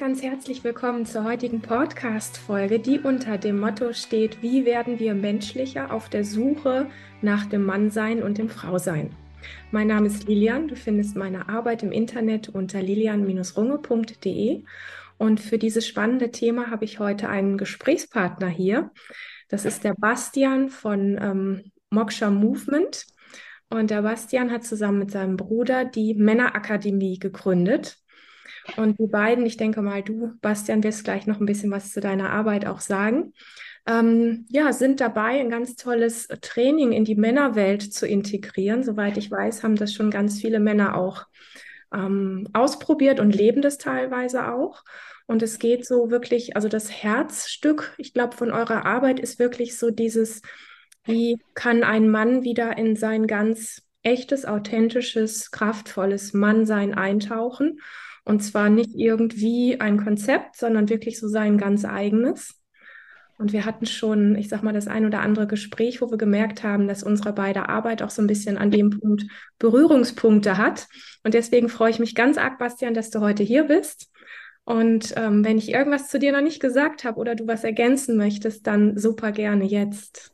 ganz herzlich willkommen zur heutigen Podcast-Folge, die unter dem Motto steht: Wie werden wir menschlicher auf der Suche nach dem Mannsein und dem Frausein? Mein Name ist Lilian. Du findest meine Arbeit im Internet unter lilian-runge.de. Und für dieses spannende Thema habe ich heute einen Gesprächspartner hier. Das ist der Bastian von Moksha Movement. Und der Bastian hat zusammen mit seinem Bruder die Männerakademie gegründet. Und die beiden, ich denke mal, du, Bastian, wirst gleich noch ein bisschen was zu deiner Arbeit auch sagen, ja, sind dabei, ein ganz tolles Training in die Männerwelt zu integrieren. Soweit ich weiß, haben das schon ganz viele Männer auch ausprobiert und leben das teilweise auch. Und es geht so wirklich, also das Herzstück, ich glaube, von eurer Arbeit ist wirklich so dieses: Wie kann ein Mann wieder in sein ganz echtes, authentisches, kraftvolles Mannsein eintauchen? Und zwar nicht irgendwie ein Konzept, sondern wirklich so sein ganz eigenes. Und wir hatten schon, ich sag mal, das ein oder andere Gespräch, wo wir gemerkt haben, dass unsere beide Arbeit auch so ein bisschen an dem Punkt Berührungspunkte hat. Und deswegen freue ich mich ganz arg, Bastian, dass du heute hier bist. Und wenn ich irgendwas zu dir noch nicht gesagt habe oder du was ergänzen möchtest, dann super gerne jetzt.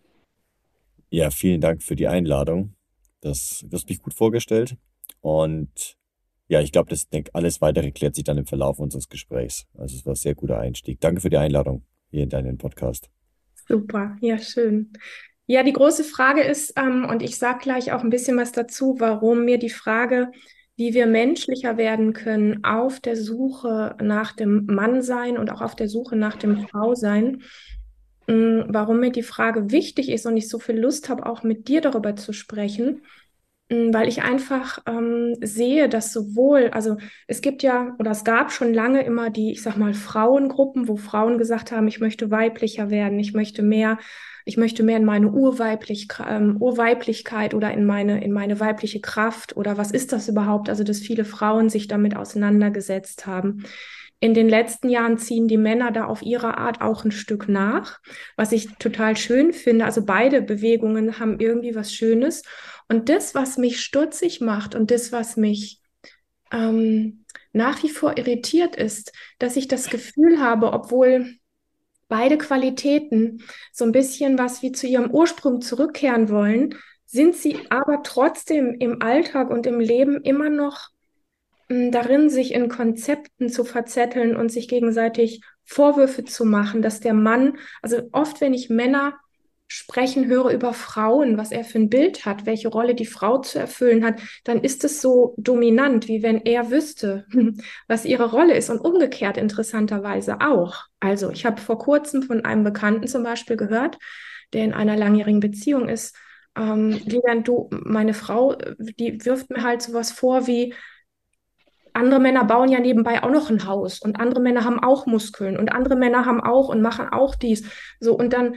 Ja, vielen Dank für die Einladung. Du hast mich gut vorgestellt. Und ja, ich glaube, alles Weitere klärt sich dann im Verlauf unseres Gesprächs. Also es war ein sehr guter Einstieg. Danke für die Einladung hier in deinen Podcast. Super, ja, schön. Ja, die große Frage ist, und ich sage gleich auch ein bisschen was dazu, warum mir die Frage, wie wir menschlicher werden können auf der Suche nach dem Mannsein und auch auf der Suche nach dem Frausein, warum mir die Frage wichtig ist und ich so viel Lust habe, auch mit dir darüber zu sprechen. Weil ich einfach sehe, dass sowohl, also es gibt ja oder es gab schon lange immer die, ich sag mal, Frauengruppen, wo Frauen gesagt haben, ich möchte weiblicher werden, ich möchte mehr in meine Urweiblichkeit oder in meine weibliche Kraft oder was ist das überhaupt? Also, dass viele Frauen sich damit auseinandergesetzt haben. In den letzten Jahren ziehen die Männer da auf ihre Art auch ein Stück nach, was ich total schön finde. Also beide Bewegungen haben irgendwie was Schönes. Und das, was mich stutzig macht und das, was mich nach wie vor irritiert ist, dass ich das Gefühl habe, obwohl beide Qualitäten so ein bisschen was wie zu ihrem Ursprung zurückkehren wollen, sind sie aber trotzdem im Alltag und im Leben immer noch darin, sich in Konzepten zu verzetteln und sich gegenseitig Vorwürfe zu machen, dass der Mann, also oft, wenn ich Männer sprechen höre über Frauen, was er für ein Bild hat, welche Rolle die Frau zu erfüllen hat, dann ist es so dominant, wie wenn er wüsste, was ihre Rolle ist und umgekehrt interessanterweise auch. Also ich habe vor kurzem von einem Bekannten zum Beispiel gehört, der in einer langjährigen Beziehung ist. Lilian, du, meine Frau, die wirft mir halt sowas vor wie: Andere Männer bauen ja nebenbei auch noch ein Haus und andere Männer haben auch Muskeln und andere Männer haben auch und machen auch dies. So,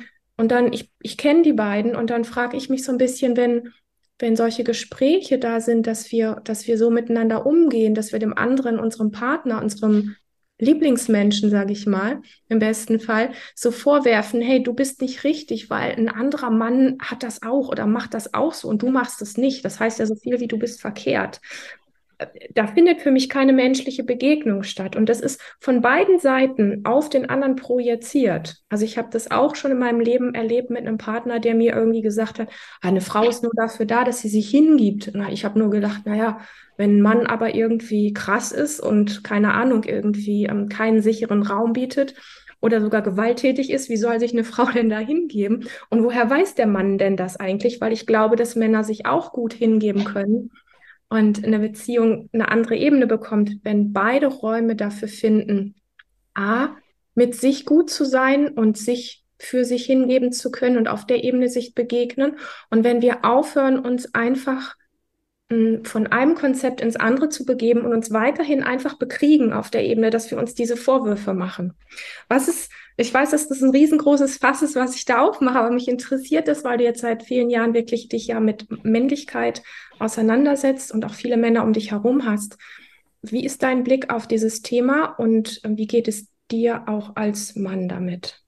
ich kenne die beiden und dann frage ich mich so ein bisschen, wenn solche Gespräche da sind, dass wir so miteinander umgehen, dass wir dem anderen, unserem Partner, unserem Lieblingsmenschen, sage ich mal, im besten Fall, so vorwerfen: Hey, du bist nicht richtig, weil ein anderer Mann hat das auch oder macht das auch so und du machst es nicht. Das heißt ja so viel wie: Du bist verkehrt. Da findet für mich keine menschliche Begegnung statt. Und das ist von beiden Seiten auf den anderen projiziert. Also ich habe das auch schon in meinem Leben erlebt mit einem Partner, der mir irgendwie gesagt hat, eine Frau ist nur dafür da, dass sie sich hingibt. Und ich habe nur gedacht, naja, wenn ein Mann aber irgendwie krass ist und keine Ahnung, irgendwie keinen sicheren Raum bietet oder sogar gewalttätig ist, wie soll sich eine Frau denn da hingeben? Und woher weiß der Mann denn das eigentlich? Weil ich glaube, dass Männer sich auch gut hingeben können und eine Beziehung eine andere Ebene bekommt, wenn beide Räume dafür finden, A, mit sich gut zu sein und sich für sich hingeben zu können und auf der Ebene sich begegnen. Und wenn wir aufhören, uns einfach von einem Konzept ins andere zu begeben und uns weiterhin einfach bekriegen auf der Ebene, dass wir uns diese Vorwürfe machen. Was ist, ich weiß, dass das ein riesengroßes Fass ist, was ich da aufmache, aber mich interessiert das, weil du jetzt seit vielen Jahren wirklich dich ja mit Männlichkeit auseinandersetzt und auch viele Männer um dich herum hast. Wie ist dein Blick auf dieses Thema und wie geht es dir auch als Mann damit?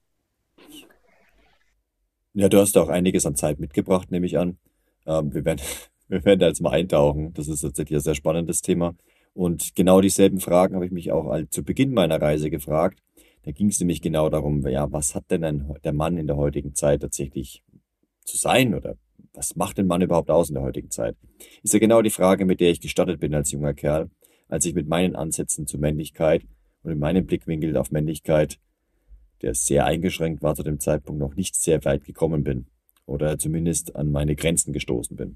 Ja, du hast da auch einiges an Zeit mitgebracht, nehme ich an. Wir werden, wir werden da jetzt mal eintauchen. Das ist tatsächlich ein sehr spannendes Thema. Und genau dieselben Fragen habe ich mich auch zu Beginn meiner Reise gefragt. Da ging es nämlich genau darum, ja, was hat denn der Mann in der heutigen Zeit tatsächlich zu sein oder was macht den Mann überhaupt aus in der heutigen Zeit? Ist ja genau die Frage, mit der ich gestartet bin als junger Kerl, als ich mit meinen Ansätzen zur Männlichkeit und in meinem Blickwinkel auf Männlichkeit, der sehr eingeschränkt war zu dem Zeitpunkt, noch nicht sehr weit gekommen bin oder zumindest an meine Grenzen gestoßen bin.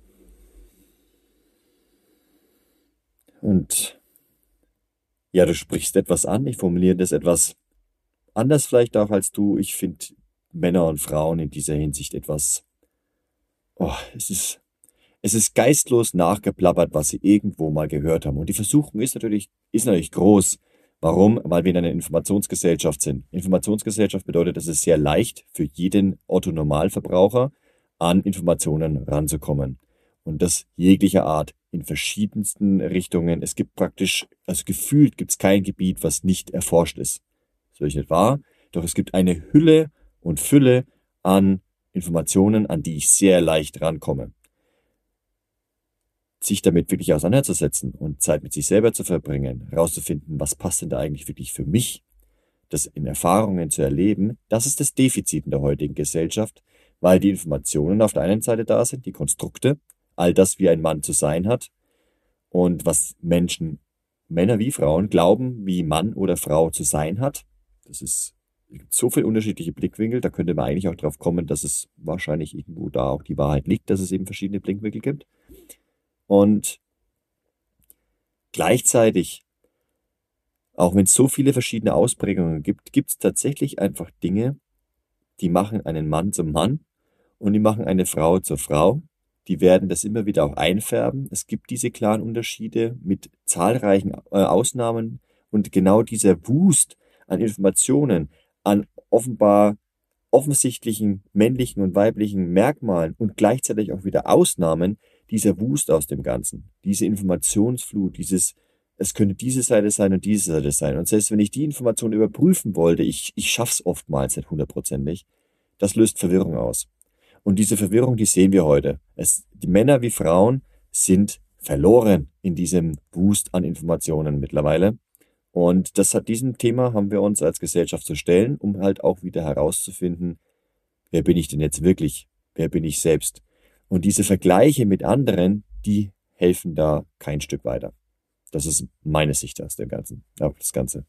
Und ja, du sprichst etwas an, ich formuliere das etwas anders vielleicht auch als du. Ich finde Männer und Frauen in dieser Hinsicht etwas, oh, es ist geistlos nachgeplappert, was sie irgendwo mal gehört haben. Und die Versuchung ist natürlich groß. Warum? Weil wir in einer Informationsgesellschaft sind. Informationsgesellschaft bedeutet, es ist sehr leicht für jeden Otto-Normalverbraucher an Informationen ranzukommen. Und das jeglicher Art, in verschiedensten Richtungen. Es gibt praktisch, also gefühlt gibt es kein Gebiet, was nicht erforscht ist. So ist nicht wahr. Doch es gibt eine Hülle und Fülle an Informationen, an die ich sehr leicht rankomme. Sich damit wirklich auseinanderzusetzen und Zeit mit sich selber zu verbringen, herauszufinden, was passt denn da eigentlich wirklich für mich, das in Erfahrungen zu erleben, das ist das Defizit in der heutigen Gesellschaft, weil die Informationen auf der einen Seite da sind, die Konstrukte, all das, wie ein Mann zu sein hat und was Menschen, Männer wie Frauen, glauben, wie Mann oder Frau zu sein hat. Es gibt so viele unterschiedliche Blickwinkel, da könnte man eigentlich auch drauf kommen, dass es wahrscheinlich irgendwo da auch die Wahrheit liegt, dass es eben verschiedene Blickwinkel gibt. Und gleichzeitig, auch wenn es so viele verschiedene Ausprägungen gibt, gibt es tatsächlich einfach Dinge, die machen einen Mann zum Mann und die machen eine Frau zur Frau. Die werden das immer wieder auch einfärben. Es gibt diese klaren Unterschiede mit zahlreichen Ausnahmen und genau dieser Wust an Informationen, an offenbar offensichtlichen männlichen und weiblichen Merkmalen und gleichzeitig auch wieder Ausnahmen, dieser Wust aus dem Ganzen, diese Informationsflut, es könnte diese Seite sein und diese Seite sein. Und selbst wenn ich die Information überprüfen wollte, ich schaff's oftmals nicht hundertprozentig, das löst Verwirrung aus. Und diese Verwirrung, die sehen wir heute. Die Männer wie Frauen sind verloren in diesem Wust an Informationen mittlerweile. Und diesem Thema haben wir uns als Gesellschaft zu stellen, um halt auch wieder herauszufinden, wer bin ich denn jetzt wirklich? Wer bin ich selbst? Und diese Vergleiche mit anderen, die helfen da kein Stück weiter. Das ist meine Sicht aus dem Ganzen, auf das Ganze.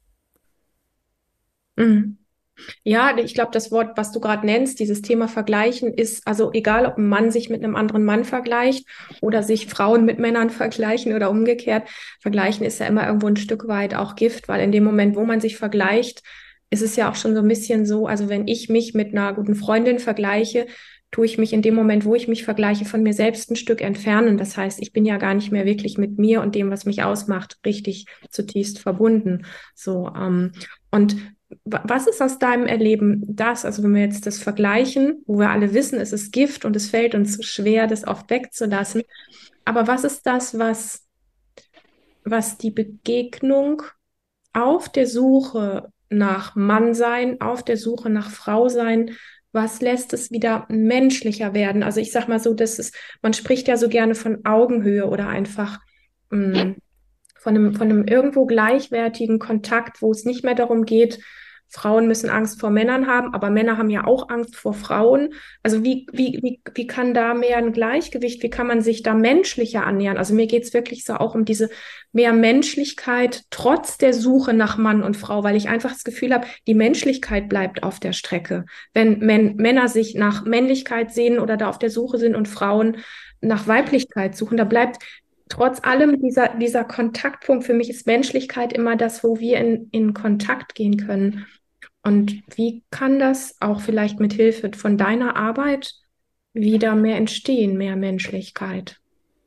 Mhm. Ja, ich glaube, das Wort, was du gerade nennst, dieses Thema Vergleichen, ist also egal, ob ein Mann sich mit einem anderen Mann vergleicht oder sich Frauen mit Männern vergleichen oder umgekehrt. Vergleichen ist ja immer irgendwo ein Stück weit auch Gift, weil in dem Moment, wo man sich vergleicht, ist es ja auch schon so ein bisschen so, also wenn ich mich mit einer guten Freundin vergleiche, tue ich mich in dem Moment, wo ich mich vergleiche, von mir selbst ein Stück entfernen. Das heißt, ich bin ja gar nicht mehr wirklich mit mir und dem, was mich ausmacht, richtig zutiefst verbunden. So, und was ist aus deinem Erleben das, also wenn wir jetzt das vergleichen, wo wir alle wissen, es ist Gift und es fällt uns schwer, das oft wegzulassen, aber was ist das, was die Begegnung auf der Suche nach Mannsein, auf der Suche nach Frausein, was lässt es wieder menschlicher werden? Also ich sag mal so, man spricht ja so gerne von Augenhöhe oder einfach von einem irgendwo gleichwertigen Kontakt, wo es nicht mehr darum geht, Frauen müssen Angst vor Männern haben, aber Männer haben ja auch Angst vor Frauen. Also wie kann da mehr ein Gleichgewicht, wie kann man sich da menschlicher annähern? Also mir geht es wirklich so auch um diese mehr Menschlichkeit trotz der Suche nach Mann und Frau, weil ich einfach das Gefühl habe, die Menschlichkeit bleibt auf der Strecke. Wenn Männer sich nach Männlichkeit sehen oder da auf der Suche sind und Frauen nach Weiblichkeit suchen, da bleibt trotz allem dieser Kontaktpunkt, für mich ist Menschlichkeit immer das, wo wir in Kontakt gehen können. Und wie kann das auch vielleicht mit Hilfe von deiner Arbeit wieder mehr entstehen, mehr Menschlichkeit?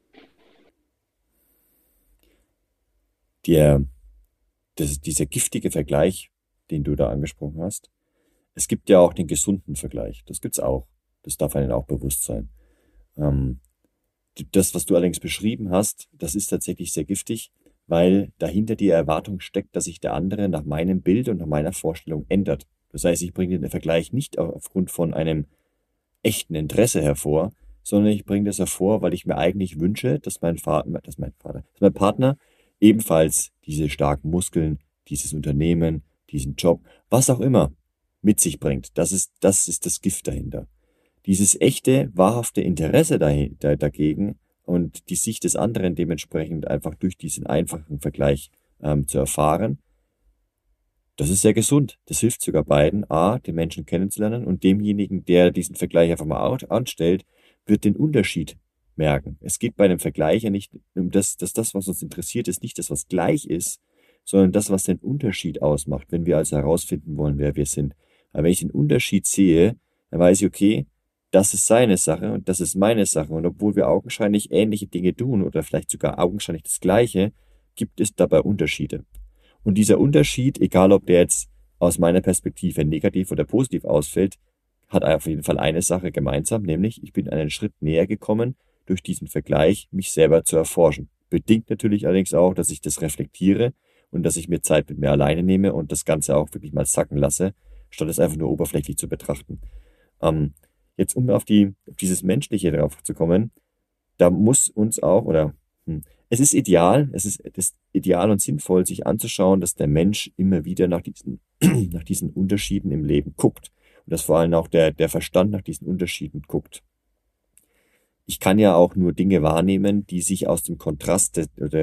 Der, dieser giftige Vergleich, den du da angesprochen hast, es gibt ja auch den gesunden Vergleich. Das gibt's auch. Das darf einem auch bewusst sein. Ähm, Das, was du allerdings beschrieben hast, das ist tatsächlich sehr giftig, weil dahinter die Erwartung steckt, dass sich der andere nach meinem Bild und nach meiner Vorstellung ändert. Das heißt, ich bringe den Vergleich nicht aufgrund von einem echten Interesse hervor, sondern ich bringe das hervor, weil ich mir eigentlich wünsche, dass mein Partner ebenfalls diese starken Muskeln, dieses Unternehmen, diesen Job, was auch immer mit sich bringt. Das ist das Gift dahinter. Dieses echte, wahrhafte Interesse dagegen und die Sicht des anderen dementsprechend einfach durch diesen einfachen Vergleich zu erfahren, das ist sehr gesund. Das hilft sogar beiden, A, den Menschen kennenzulernen, und demjenigen, der diesen Vergleich einfach mal anstellt, wird den Unterschied merken. Es geht bei einem Vergleich ja nicht um das, was uns interessiert, ist nicht das, was gleich ist, sondern das, was den Unterschied ausmacht, wenn wir also herausfinden wollen, wer wir sind. Aber wenn ich den Unterschied sehe, dann weiß ich, okay, das ist seine Sache und das ist meine Sache. Und obwohl wir augenscheinlich ähnliche Dinge tun oder vielleicht sogar augenscheinlich das Gleiche, gibt es dabei Unterschiede. Und dieser Unterschied, egal ob der jetzt aus meiner Perspektive negativ oder positiv ausfällt, hat auf jeden Fall eine Sache gemeinsam, nämlich ich bin einen Schritt näher gekommen, durch diesen Vergleich mich selber zu erforschen. Bedingt natürlich allerdings auch, dass ich das reflektiere und dass ich mir Zeit mit mir alleine nehme und das Ganze auch wirklich mal sacken lasse, statt es einfach nur oberflächlich zu betrachten. Jetzt um auf dieses Menschliche drauf zu kommen, da muss uns auch, es ist ideal und sinnvoll, sich anzuschauen, dass der Mensch immer wieder nach nach diesen Unterschieden im Leben guckt. Und dass vor allem auch der Verstand nach diesen Unterschieden guckt. Ich kann ja auch nur Dinge wahrnehmen, die sich aus dem Kontrast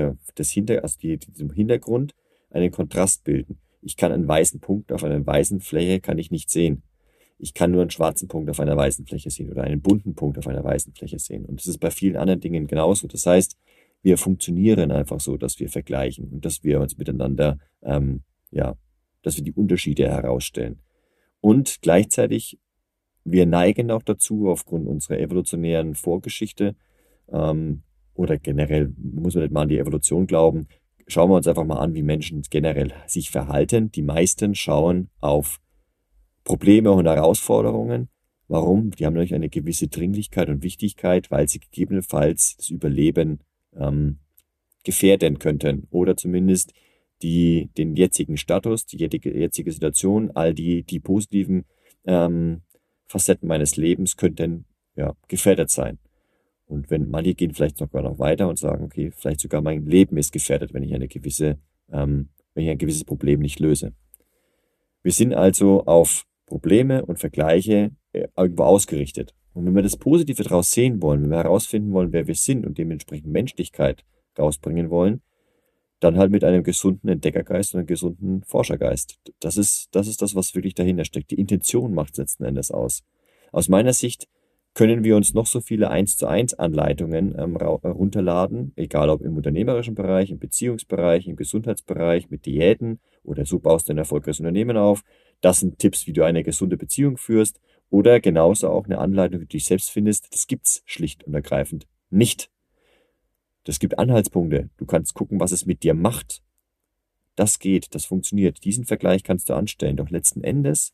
diesem Hintergrund einen Kontrast bilden. Ich kann einen weißen Punkt auf einer weißen Fläche kann ich nicht sehen. Ich kann nur einen schwarzen Punkt auf einer weißen Fläche sehen oder einen bunten Punkt auf einer weißen Fläche sehen. Und das ist bei vielen anderen Dingen genauso. Das heißt, wir funktionieren einfach so, dass wir vergleichen und dass wir uns miteinander, dass wir die Unterschiede herausstellen. Und gleichzeitig, wir neigen auch dazu, aufgrund unserer evolutionären Vorgeschichte, oder generell, muss man nicht mal an die Evolution glauben, schauen wir uns einfach mal an, wie Menschen generell sich verhalten. Die meisten schauen auf Probleme und Herausforderungen. Warum? Die haben nämlich eine gewisse Dringlichkeit und Wichtigkeit, weil sie gegebenenfalls das Überleben gefährden könnten oder zumindest den jetzigen Status, die jetzige Situation, all die positiven Facetten meines Lebens könnten gefährdet sein. Und manche gehen vielleicht sogar noch weiter und sagen, okay, vielleicht sogar mein Leben ist gefährdet, wenn ich ein gewisses Problem nicht löse. Wir sind also auf Probleme und Vergleiche irgendwo ausgerichtet. Und wenn wir das Positive daraus sehen wollen, wenn wir herausfinden wollen, wer wir sind und dementsprechend Menschlichkeit rausbringen wollen, dann halt mit einem gesunden Entdeckergeist und einem gesunden Forschergeist. Das ist das, was wirklich dahinter steckt. Die Intention macht letzten Endes aus. Aus meiner Sicht können wir uns noch so viele 1:1 Anleitungen runterladen, egal ob im unternehmerischen Bereich, im Beziehungsbereich, im Gesundheitsbereich, mit Diäten oder so baust du ein erfolgreiches Unternehmen auf. Das sind Tipps, wie du eine gesunde Beziehung führst oder genauso auch eine Anleitung, wie du dich selbst findest. Das gibt's schlicht und ergreifend nicht. Das gibt Anhaltspunkte. Du kannst gucken, was es mit dir macht. Das geht, das funktioniert. Diesen Vergleich kannst du anstellen. Doch letzten Endes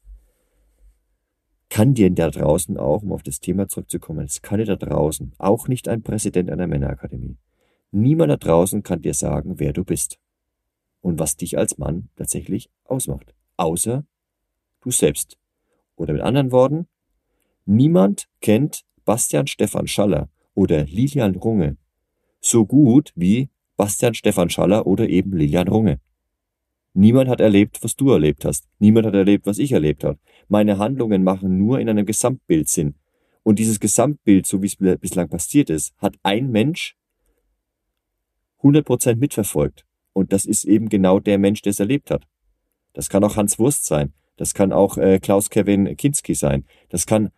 kann dir da draußen auch, um auf das Thema zurückzukommen, es kann dir da draußen auch nicht ein Präsident einer Männerakademie. Niemand da draußen kann dir sagen, wer du bist und was dich als Mann tatsächlich ausmacht. Außer du selbst. Oder mit anderen Worten, niemand kennt Bastian Stefan Schaller oder Lilian Runge so gut wie Bastian Stefan Schaller oder eben Lilian Runge. Niemand hat erlebt, was du erlebt hast. Niemand hat erlebt, was ich erlebt habe. Meine Handlungen machen nur in einem Gesamtbild Sinn. Und dieses Gesamtbild, so wie es bislang passiert ist, hat ein Mensch 100% mitverfolgt. Und das ist eben genau der Mensch, der es erlebt hat. Das kann auch Hans Wurst sein. Das kann auch Klaus-Kevin Kinski sein. Das können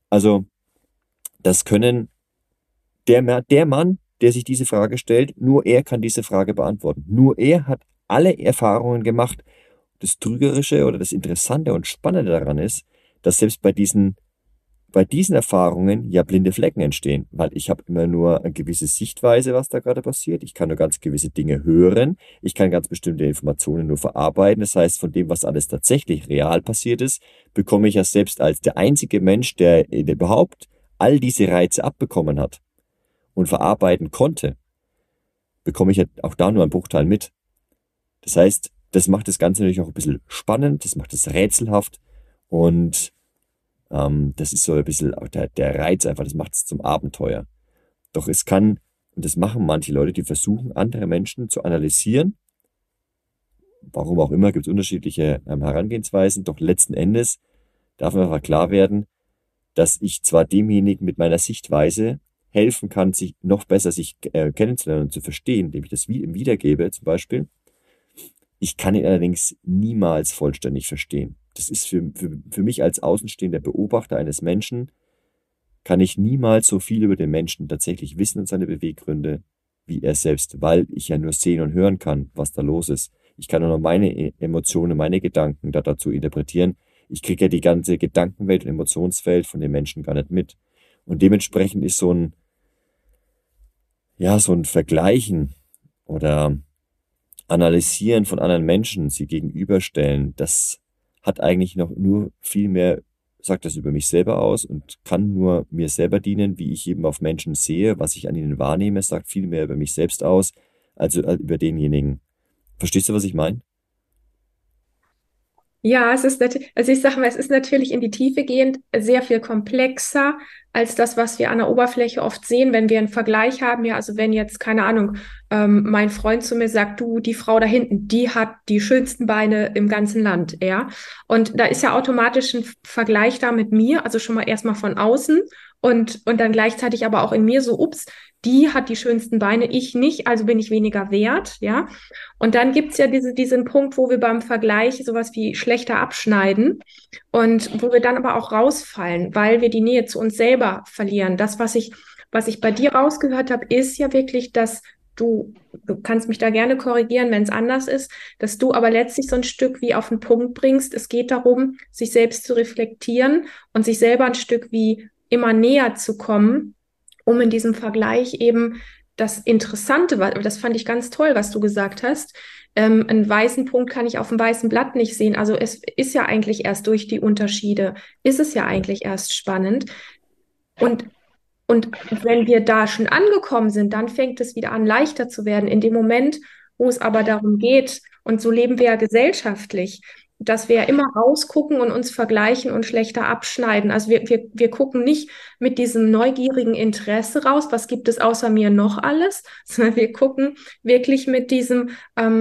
der Mann, der sich diese Frage stellt, nur er kann diese Frage beantworten. Nur er hat alle Erfahrungen gemacht. Das Trügerische oder das Interessante und Spannende daran ist, dass selbst bei diesen Erfahrungen ja blinde Flecken entstehen, weil ich habe immer nur eine gewisse Sichtweise, was da gerade passiert. Ich kann nur ganz gewisse Dinge hören. Ich kann ganz bestimmte Informationen nur verarbeiten. Das heißt, von dem, was alles tatsächlich real passiert ist, bekomme ich ja selbst als der einzige Mensch, der überhaupt all diese Reize abbekommen hat und verarbeiten konnte, bekomme ich ja auch da nur einen Bruchteil mit. Das heißt, das macht das Ganze natürlich auch ein bisschen spannend, das macht es rätselhaft und das ist so ein bisschen auch der Reiz einfach, das macht es zum Abenteuer. Doch es kann, und das machen manche Leute, die versuchen, andere Menschen zu analysieren. Warum auch immer, gibt es unterschiedliche Herangehensweisen, doch letzten Endes darf mir einfach klar werden, dass ich zwar demjenigen mit meiner Sichtweise helfen kann, sich noch besser sich kennenzulernen und zu verstehen, indem ich das ihm wiedergebe zum Beispiel. Ich kann ihn allerdings niemals vollständig verstehen. Das ist für mich als außenstehender Beobachter eines Menschen, kann ich niemals so viel über den Menschen tatsächlich wissen und seine Beweggründe wie er selbst, weil ich ja nur sehen und hören kann, was da los ist. Ich kann nur noch meine Emotionen, meine Gedanken dazu interpretieren. Ich kriege ja die ganze Gedankenwelt und Emotionswelt von den Menschen gar nicht mit. Und dementsprechend ist so ein Vergleichen oder Analysieren von anderen Menschen, sie gegenüberstellen, das hat eigentlich noch nur viel mehr, sagt das über mich selber aus und kann nur mir selber dienen, wie ich eben auf Menschen sehe, was ich an ihnen wahrnehme, sagt viel mehr über mich selbst aus, als über denjenigen. Verstehst du, was ich meine? Ja, es ist natürlich, also ich sage mal, es ist natürlich in die Tiefe gehend sehr viel komplexer als das, was wir an der Oberfläche oft sehen, wenn wir einen Vergleich haben. Ja, also wenn jetzt, keine Ahnung, mein Freund zu mir sagt, du, die Frau da hinten, die hat die schönsten Beine im ganzen Land, ja. Und da ist ja automatisch ein Vergleich da mit mir, also schon mal erstmal von außen und dann gleichzeitig aber auch in mir so, ups, die hat die schönsten Beine, ich nicht, also bin ich weniger wert, ja. Und dann gibt's ja diesen Punkt, wo wir beim Vergleich sowas wie schlechter abschneiden und wo wir dann aber auch rausfallen, weil wir die Nähe zu uns selber verlieren. Das, was ich bei dir rausgehört habe, ist ja wirklich, dass du kannst mich da gerne korrigieren, wenn es anders ist, dass du aber letztlich so ein Stück wie auf den Punkt bringst. Es geht darum, sich selbst zu reflektieren und sich selber ein Stück wie immer näher zu kommen, um in diesem Vergleich eben das Interessante, das fand ich ganz toll, was du gesagt hast. Einen weißen Punkt kann ich auf dem weißen Blatt nicht sehen. Also es ist ja eigentlich erst durch die Unterschiede, ist es ja eigentlich erst spannend. Und, und wenn wir da schon angekommen sind, dann fängt es wieder an, leichter zu werden. In dem Moment, wo es aber darum geht, und so leben wir ja gesellschaftlich, dass wir ja immer rausgucken und uns vergleichen und schlechter abschneiden. Also wir gucken nicht mit diesem neugierigen Interesse raus, was gibt es außer mir noch alles, sondern wir gucken wirklich mit diesem,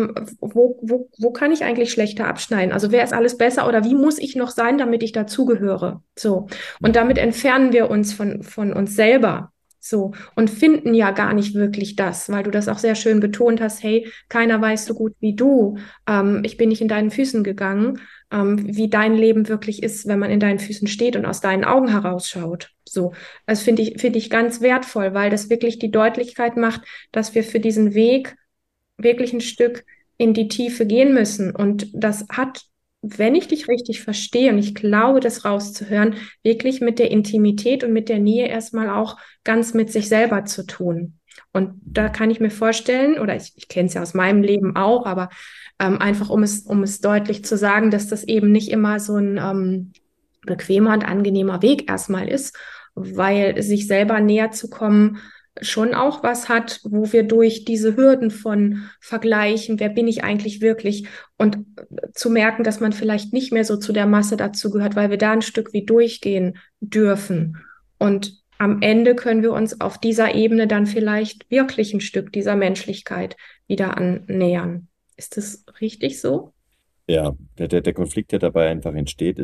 wo kann ich eigentlich schlechter abschneiden? Also wer ist alles besser oder wie muss ich noch sein, damit ich dazugehöre? So. Und damit entfernen wir uns von uns selber. So, und finden ja gar nicht wirklich das, weil du das auch sehr schön betont hast, hey, keiner weiß so gut wie du. Ich bin nicht in deinen Füßen gegangen, wie dein Leben wirklich ist, wenn man in deinen Füßen steht und aus deinen Augen herausschaut. So, das finde ich ganz wertvoll, weil das wirklich die Deutlichkeit macht, dass wir für diesen Weg wirklich ein Stück in die Tiefe gehen müssen. Und das hat, wenn ich dich richtig verstehe, und ich glaube, das rauszuhören, wirklich mit der Intimität und mit der Nähe erstmal auch ganz mit sich selber zu tun. Und da kann ich mir vorstellen, oder ich kenne es ja aus meinem Leben auch, aber einfach um es deutlich zu sagen, dass das eben nicht immer so ein bequemer und angenehmer Weg erstmal ist, weil sich selber näher zu kommen schon auch was hat, wo wir durch diese Hürden von Vergleichen, wer bin ich eigentlich wirklich und zu merken, dass man vielleicht nicht mehr so zu der Masse dazu gehört, weil wir da ein Stück wie durchgehen dürfen. Und am Ende können wir uns auf dieser Ebene dann vielleicht wirklich ein Stück dieser Menschlichkeit wieder annähern. Ist das richtig so? Ja, der Konflikt, der dabei einfach entsteht,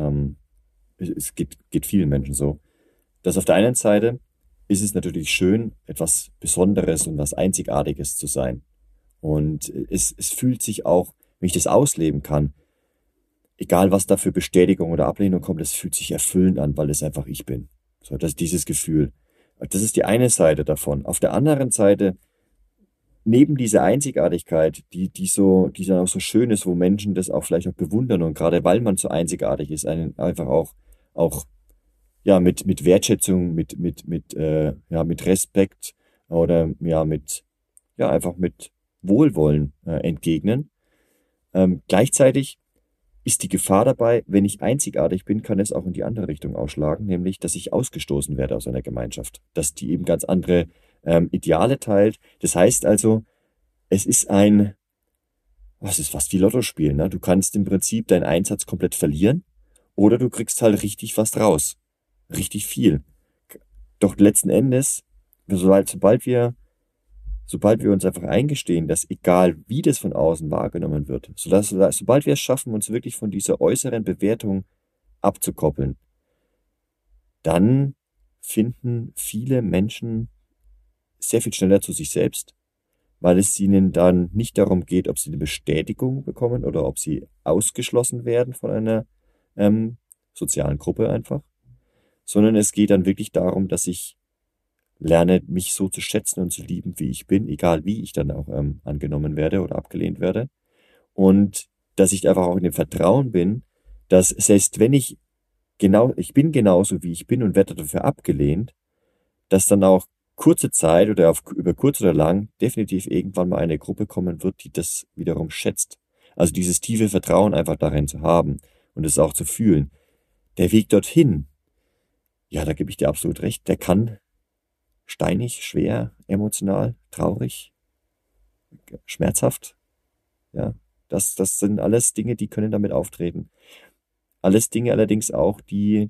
es geht vielen Menschen so, dass auf der einen Seite ist es natürlich schön, etwas Besonderes und was Einzigartiges zu sein. Und es fühlt sich auch, wenn ich das ausleben kann, egal was da für Bestätigung oder Ablehnung kommt, es fühlt sich erfüllend an, weil es einfach ich bin. So, das ist dieses Gefühl. Das ist die eine Seite davon. Auf der anderen Seite, neben dieser Einzigartigkeit, die dann auch so schön ist, wo Menschen das auch vielleicht auch bewundern und gerade weil man so einzigartig ist, einen einfach auch ja, mit Wertschätzung, mit Respekt oder einfach mit Wohlwollen entgegnen. Gleichzeitig ist die Gefahr dabei, wenn ich einzigartig bin, kann es auch in die andere Richtung ausschlagen, nämlich, dass ich ausgestoßen werde aus einer Gemeinschaft, dass die eben ganz andere Ideale teilt. Das heißt also, es ist was ist fast wie Lotto spielen, ne? Du kannst im Prinzip deinen Einsatz komplett verlieren oder du kriegst halt richtig was raus. Richtig viel. Doch letzten Endes, sobald wir sobald wir uns einfach eingestehen, dass egal wie das von außen wahrgenommen wird, sobald wir es schaffen, uns wirklich von dieser äußeren Bewertung abzukoppeln, dann finden viele Menschen sehr viel schneller zu sich selbst, weil es ihnen dann nicht darum geht, ob sie eine Bestätigung bekommen oder ob sie ausgeschlossen werden von einer ähm, sozialen Gruppe einfach, sondern es geht dann wirklich darum, dass ich lerne, mich so zu schätzen und zu lieben, wie ich bin, egal wie ich dann auch angenommen werde oder abgelehnt werde. Und dass ich einfach auch in dem Vertrauen bin, dass selbst wenn ich bin genauso wie ich bin und werde dafür abgelehnt, dass dann auch kurze Zeit oder über kurz oder lang definitiv irgendwann mal eine Gruppe kommen wird, die das wiederum schätzt. Also dieses tiefe Vertrauen einfach darin zu haben und es auch zu fühlen. Der Weg dorthin, ja, da gebe ich dir absolut recht, der kann steinig, schwer, emotional, traurig, schmerzhaft, ja. Das sind alles Dinge, die können damit auftreten. Alles Dinge allerdings auch,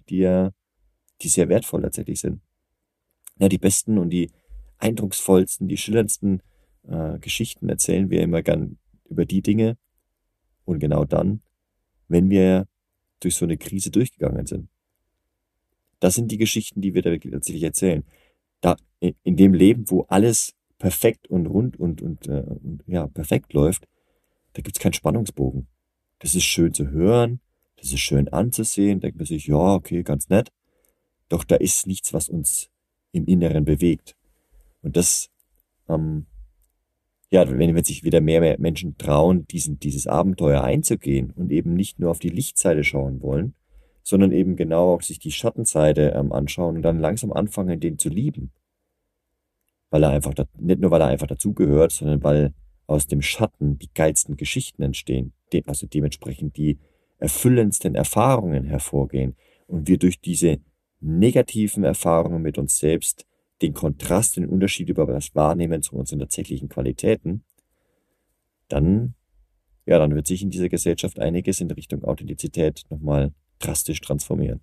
die sehr wertvoll tatsächlich sind. Ja, die besten und die eindrucksvollsten, die schillerndsten Geschichten erzählen wir immer gern über die Dinge und genau dann, wenn wir durch so eine Krise durchgegangen sind. Das sind die Geschichten, die wir da wirklich tatsächlich erzählen. Da in dem Leben, wo alles perfekt und rund und ja, perfekt läuft, da gibt's keinen Spannungsbogen. Das ist schön zu hören, das ist schön anzusehen, denkt man sich, ja, okay, ganz nett. Doch da ist nichts, was uns im Inneren bewegt. Und das, ähm, ja, wenn sich wieder mehr Menschen trauen, dieses Abenteuer einzugehen und eben nicht nur auf die Lichtseite schauen wollen, sondern eben genau auch sich die Schattenseite anschauen und dann langsam anfangen, den zu lieben. Weil er einfach, nicht nur weil er einfach dazugehört, sondern weil aus dem Schatten die geilsten Geschichten entstehen, also dementsprechend die erfüllendsten Erfahrungen hervorgehen und wir durch diese negativen Erfahrungen mit uns selbst den Kontrast, den Unterschied über das Wahrnehmen zu unseren tatsächlichen Qualitäten, dann, ja, dann wird sich in dieser Gesellschaft einiges in Richtung Authentizität nochmal drastisch transformieren.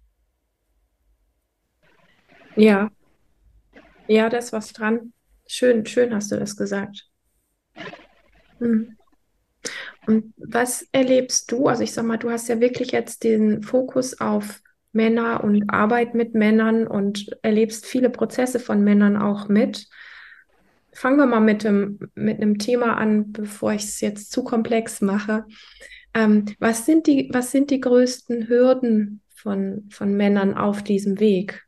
Ja, ja, da ist was dran. Schön, schön hast du das gesagt. Mhm. Und was erlebst du? Also ich sag mal, du hast ja wirklich jetzt den Fokus auf Männer und Arbeit mit Männern und erlebst viele Prozesse von Männern auch mit. Fangen wir mal mit einem Thema an, bevor ich es jetzt zu komplex mache. Was sind die größten Hürden von Männern auf diesem Weg?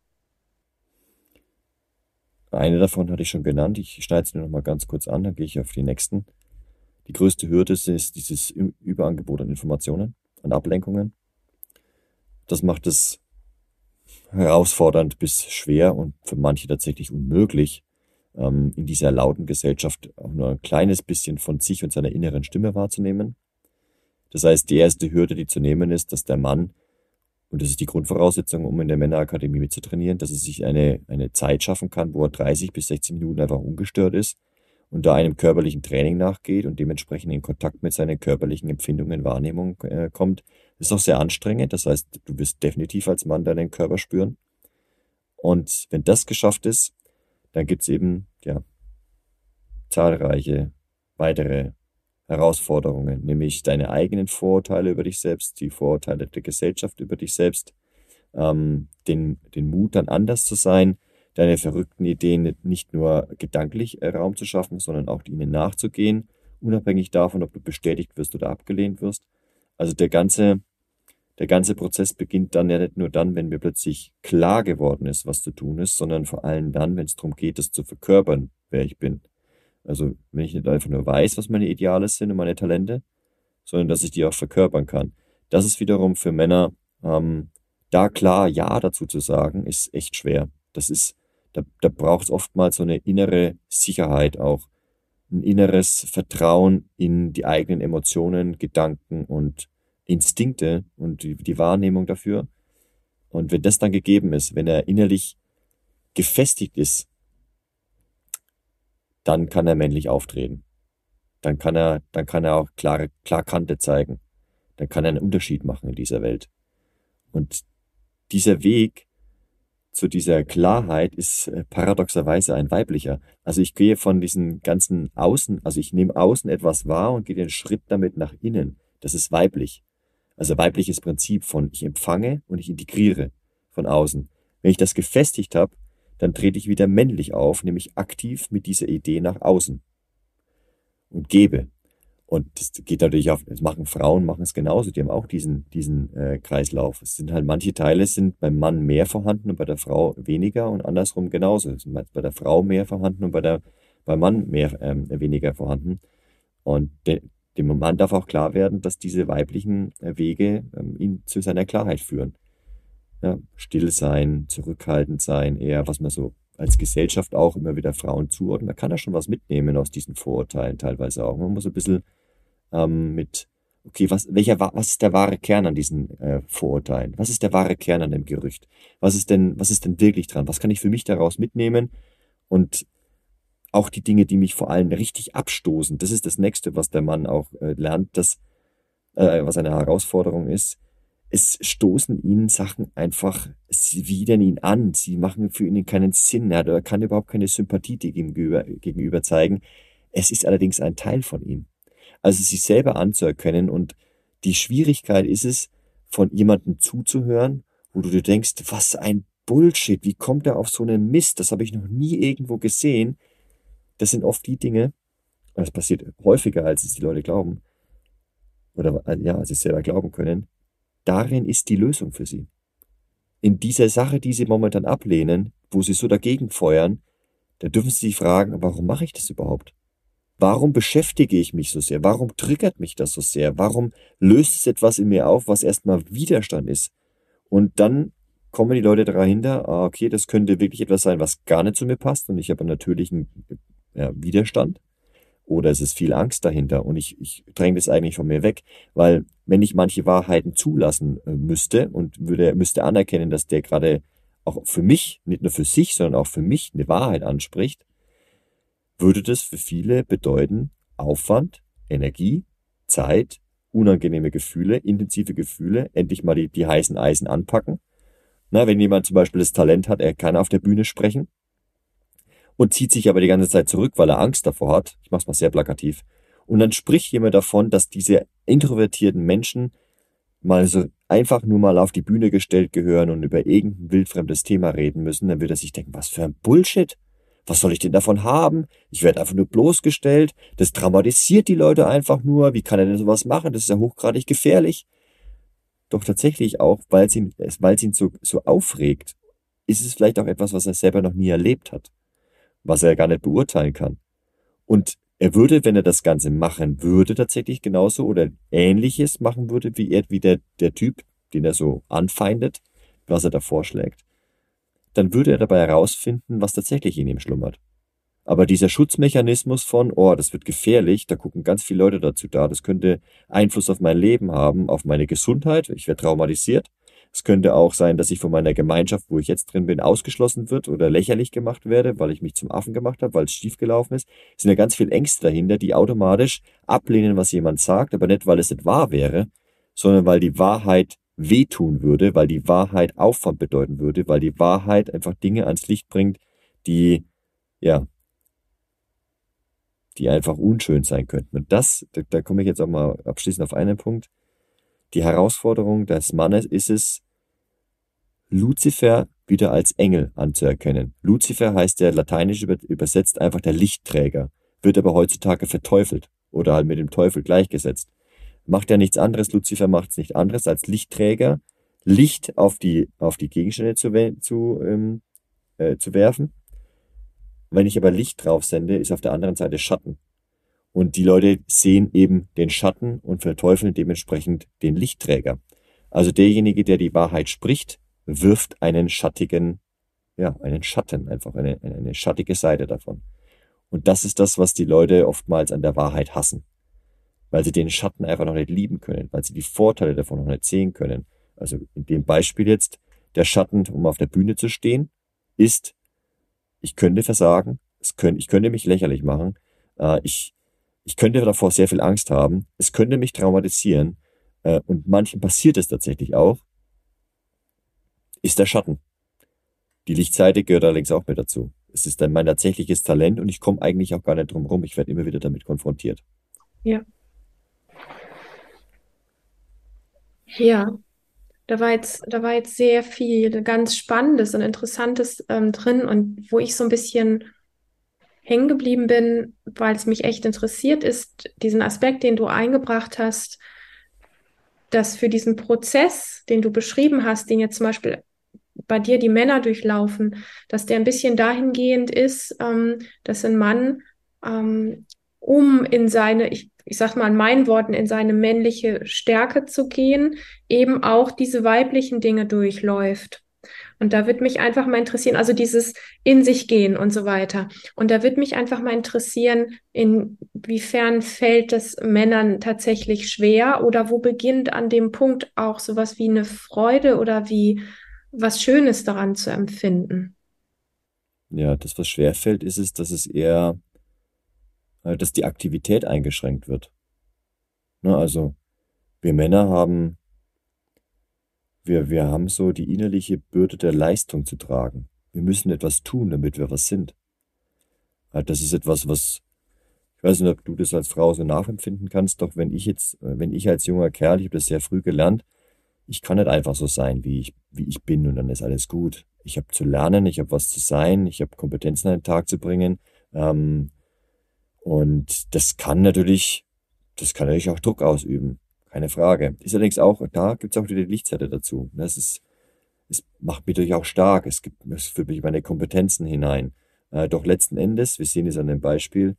Eine davon hatte ich schon genannt. Ich schneide es nur noch mal ganz kurz an, dann gehe ich auf die nächsten. Die größte Hürde ist dieses Überangebot an Informationen, an Ablenkungen. Das macht es herausfordernd bis schwer und für manche tatsächlich unmöglich, in dieser lauten Gesellschaft auch nur ein kleines bisschen von sich und seiner inneren Stimme wahrzunehmen. Das heißt, die erste Hürde, die zu nehmen ist, dass der Mann, und das ist die Grundvoraussetzung, um in der Männerakademie mitzutrainieren, dass er sich eine Zeit schaffen kann, wo er 30 bis 16 Minuten einfach ungestört ist und da einem körperlichen Training nachgeht und dementsprechend in Kontakt mit seinen körperlichen Empfindungen, Wahrnehmung kommt. Das ist auch sehr anstrengend. Das heißt, du wirst definitiv als Mann deinen Körper spüren. Und wenn das geschafft ist, dann gibt's eben ja zahlreiche weitere Herausforderungen, nämlich deine eigenen Vorurteile über dich selbst, die Vorurteile der Gesellschaft über dich selbst, den Mut dann anders zu sein, deine verrückten Ideen nicht nur gedanklich Raum zu schaffen, sondern auch ihnen nachzugehen, unabhängig davon, ob du bestätigt wirst oder abgelehnt wirst. Also der ganze Prozess beginnt dann ja nicht nur dann, wenn mir plötzlich klar geworden ist, was zu tun ist, sondern vor allem dann, wenn es darum geht, es zu verkörpern, wer ich bin. Also wenn ich nicht einfach nur weiß, was meine Ideale sind und meine Talente, sondern dass ich die auch verkörpern kann. Das ist wiederum für Männer, da klar Ja dazu zu sagen, ist echt schwer. Da braucht es oftmals so eine innere Sicherheit auch, ein inneres Vertrauen in die eigenen Emotionen, Gedanken und Instinkte und die Wahrnehmung dafür. Und wenn das dann gegeben ist, wenn er innerlich gefestigt ist, dann kann er männlich auftreten. Dann kann er auch klar Kante zeigen. Dann kann er einen Unterschied machen in dieser Welt. Und dieser Weg zu dieser Klarheit ist paradoxerweise ein weiblicher. Also ich gehe von diesen ganzen Außen, also ich nehme außen etwas wahr und gehe den Schritt damit nach innen. Das ist weiblich. Also weibliches Prinzip von ich empfange und ich integriere von außen. Wenn ich das gefestigt habe, dann trete ich wieder männlich auf, nämlich aktiv mit dieser Idee nach außen und gebe. Und das geht natürlich auf, das machen Frauen, machen es genauso, die haben auch diesen Kreislauf. Es sind halt manche Teile sind beim Mann mehr vorhanden und bei der Frau weniger und andersrum genauso. Es sind bei der Frau mehr vorhanden und beim Mann weniger vorhanden. Und dem Mann darf auch klar werden, dass diese weiblichen Wege ihn zu seiner Klarheit führen. Ja, still sein, zurückhaltend sein, eher was man so als Gesellschaft auch immer wieder Frauen zuordnet. Man kann da schon was mitnehmen aus diesen Vorurteilen teilweise auch. Man muss ein bisschen okay, was ist der wahre Kern an diesen Vorurteilen? Was ist der wahre Kern an dem Gerücht? Was ist denn wirklich dran? Was kann ich für mich daraus mitnehmen? Und auch die Dinge, die mich vor allem richtig abstoßen, das ist das Nächste, was der Mann auch lernt, was eine Herausforderung ist. Es stoßen ihn Sachen einfach, sie widern ihn an, sie machen für ihn keinen Sinn, er kann überhaupt keine Sympathie dem gegenüber zeigen. Es ist allerdings ein Teil von ihm. Also sich selber anzuerkennen und die Schwierigkeit ist es, von jemandem zuzuhören, wo du dir denkst, was ein Bullshit, wie kommt er auf so einen Mist, das habe ich noch nie irgendwo gesehen. Das sind oft die Dinge, und das passiert häufiger, als es die Leute glauben, oder ja, als sie es selber glauben können, darin ist die Lösung für sie. In dieser Sache, die sie momentan ablehnen, wo sie so dagegen feuern, da dürfen sie sich fragen, warum mache ich das überhaupt? Warum beschäftige ich mich so sehr? Warum triggert mich das so sehr? Warum löst es etwas in mir auf, was erstmal Widerstand ist? Und dann kommen die Leute dahinter, okay, das könnte wirklich etwas sein, was gar nicht zu mir passt und ich habe natürlich einen Widerstand. Oder es ist viel Angst dahinter und ich dränge das eigentlich von mir weg, weil wenn ich manche Wahrheiten zulassen müsste und müsste anerkennen, dass der gerade auch für mich, nicht nur für sich, sondern auch für mich eine Wahrheit anspricht, würde das für viele bedeuten Aufwand, Energie, Zeit, unangenehme Gefühle, intensive Gefühle, endlich mal die heißen Eisen anpacken. Na, wenn jemand zum Beispiel das Talent hat, er kann auf der Bühne sprechen und zieht sich aber die ganze Zeit zurück, weil er Angst davor hat. Ich mache es mal sehr plakativ. Und dann spricht jemand davon, dass diese introvertierten Menschen mal so einfach nur mal auf die Bühne gestellt gehören und über irgendein wildfremdes Thema reden müssen. Dann wird er sich denken, was für ein Bullshit. Was soll ich denn davon haben? Ich werde einfach nur bloßgestellt. Das traumatisiert die Leute einfach nur. Wie kann er denn sowas machen? Das ist ja hochgradig gefährlich. Doch tatsächlich auch, weil es ihn so aufregt, ist es vielleicht auch etwas, was er selber noch nie erlebt hat, was er gar nicht beurteilen kann. Und er würde, wenn er das Ganze machen würde, tatsächlich genauso oder Ähnliches machen würde, wie der Typ, den er so anfeindet, was er da vorschlägt, dann würde er dabei herausfinden, was tatsächlich in ihm schlummert. Aber dieser Schutzmechanismus von, das wird gefährlich, da gucken ganz viele Leute dazu da, das könnte Einfluss auf mein Leben haben, auf meine Gesundheit, ich werde traumatisiert. Es könnte auch sein, dass ich von meiner Gemeinschaft, wo ich jetzt drin bin, ausgeschlossen wird oder lächerlich gemacht werde, weil ich mich zum Affen gemacht habe, weil es schiefgelaufen ist. Es sind ja ganz viele Ängste dahinter, die automatisch ablehnen, was jemand sagt, aber nicht, weil es nicht wahr wäre, sondern weil die Wahrheit wehtun würde, weil die Wahrheit Aufwand bedeuten würde, weil die Wahrheit einfach Dinge ans Licht bringt, die, ja, die einfach unschön sein könnten. Und da komme ich jetzt auch mal abschließend auf einen Punkt. Die Herausforderung des Mannes ist es, Luzifer wieder als Engel anzuerkennen. Luzifer heißt ja lateinisch übersetzt einfach der Lichtträger, wird aber heutzutage verteufelt oder halt mit dem Teufel gleichgesetzt. Macht ja nichts anderes, Luzifer macht es nicht anderes als Lichtträger, Licht auf die Gegenstände zu werfen. Wenn ich aber Licht drauf sende, ist auf der anderen Seite Schatten. Und die Leute sehen eben den Schatten und verteufeln dementsprechend den Lichtträger. Also derjenige, der die Wahrheit spricht, wirft einen Schatten, einfach eine schattige Seite davon. Und das ist das, was die Leute oftmals an der Wahrheit hassen. Weil sie den Schatten einfach noch nicht lieben können, weil sie die Vorteile davon noch nicht sehen können. Also in dem Beispiel jetzt, der Schatten, um auf der Bühne zu stehen, ist, ich könnte versagen, ich könnte mich lächerlich machen, ich könnte davor sehr viel Angst haben, es könnte mich traumatisieren, und manchen passiert es tatsächlich auch, ist der Schatten. Die Lichtseite gehört allerdings auch mit dazu. Es ist dann mein tatsächliches Talent und ich komme eigentlich auch gar nicht drum rum. Ich werde immer wieder damit konfrontiert. Ja. Ja, da war jetzt sehr viel ganz Spannendes und Interessantes drin und wo ich so ein bisschen hängen geblieben bin, weil es mich echt interessiert, ist diesen Aspekt, den du eingebracht hast, dass für diesen Prozess, den du beschrieben hast, den jetzt zum Beispiel bei dir die Männer durchlaufen, dass der ein bisschen dahingehend ist, dass ein Mann, ähm, um in seine, ich sag mal in meinen Worten, in seine männliche Stärke zu gehen, eben auch diese weiblichen Dinge durchläuft. Und da wird mich einfach mal interessieren, also dieses in sich gehen und so weiter. Und da wird mich einfach mal interessieren, inwiefern fällt es Männern tatsächlich schwer oder wo beginnt an dem Punkt auch sowas wie eine Freude oder wie was Schönes daran zu empfinden. Ja, das, was schwerfällt, ist es, dass es eher, dass die Aktivität eingeschränkt wird. Ne, also wir Männer haben, wir haben so die innerliche Bürde der Leistung zu tragen. Wir müssen etwas tun, damit wir was sind. Das ist etwas, was, ich weiß nicht, ob du das als Frau so nachempfinden kannst, doch wenn ich als junger Kerl, ich habe das sehr früh gelernt, ich kann nicht einfach so sein, wie ich bin und dann ist alles gut. Ich habe zu lernen, ich habe was zu sein, ich habe Kompetenzen an den Tag zu bringen. Ähm, und das kann natürlich auch Druck ausüben. Keine Frage. Ist allerdings auch, da gibt es auch wieder die Lichtseite dazu. Es macht mich natürlich auch stark. Es führt mich in meine Kompetenzen hinein. Doch letzten Endes, wir sehen es an dem Beispiel,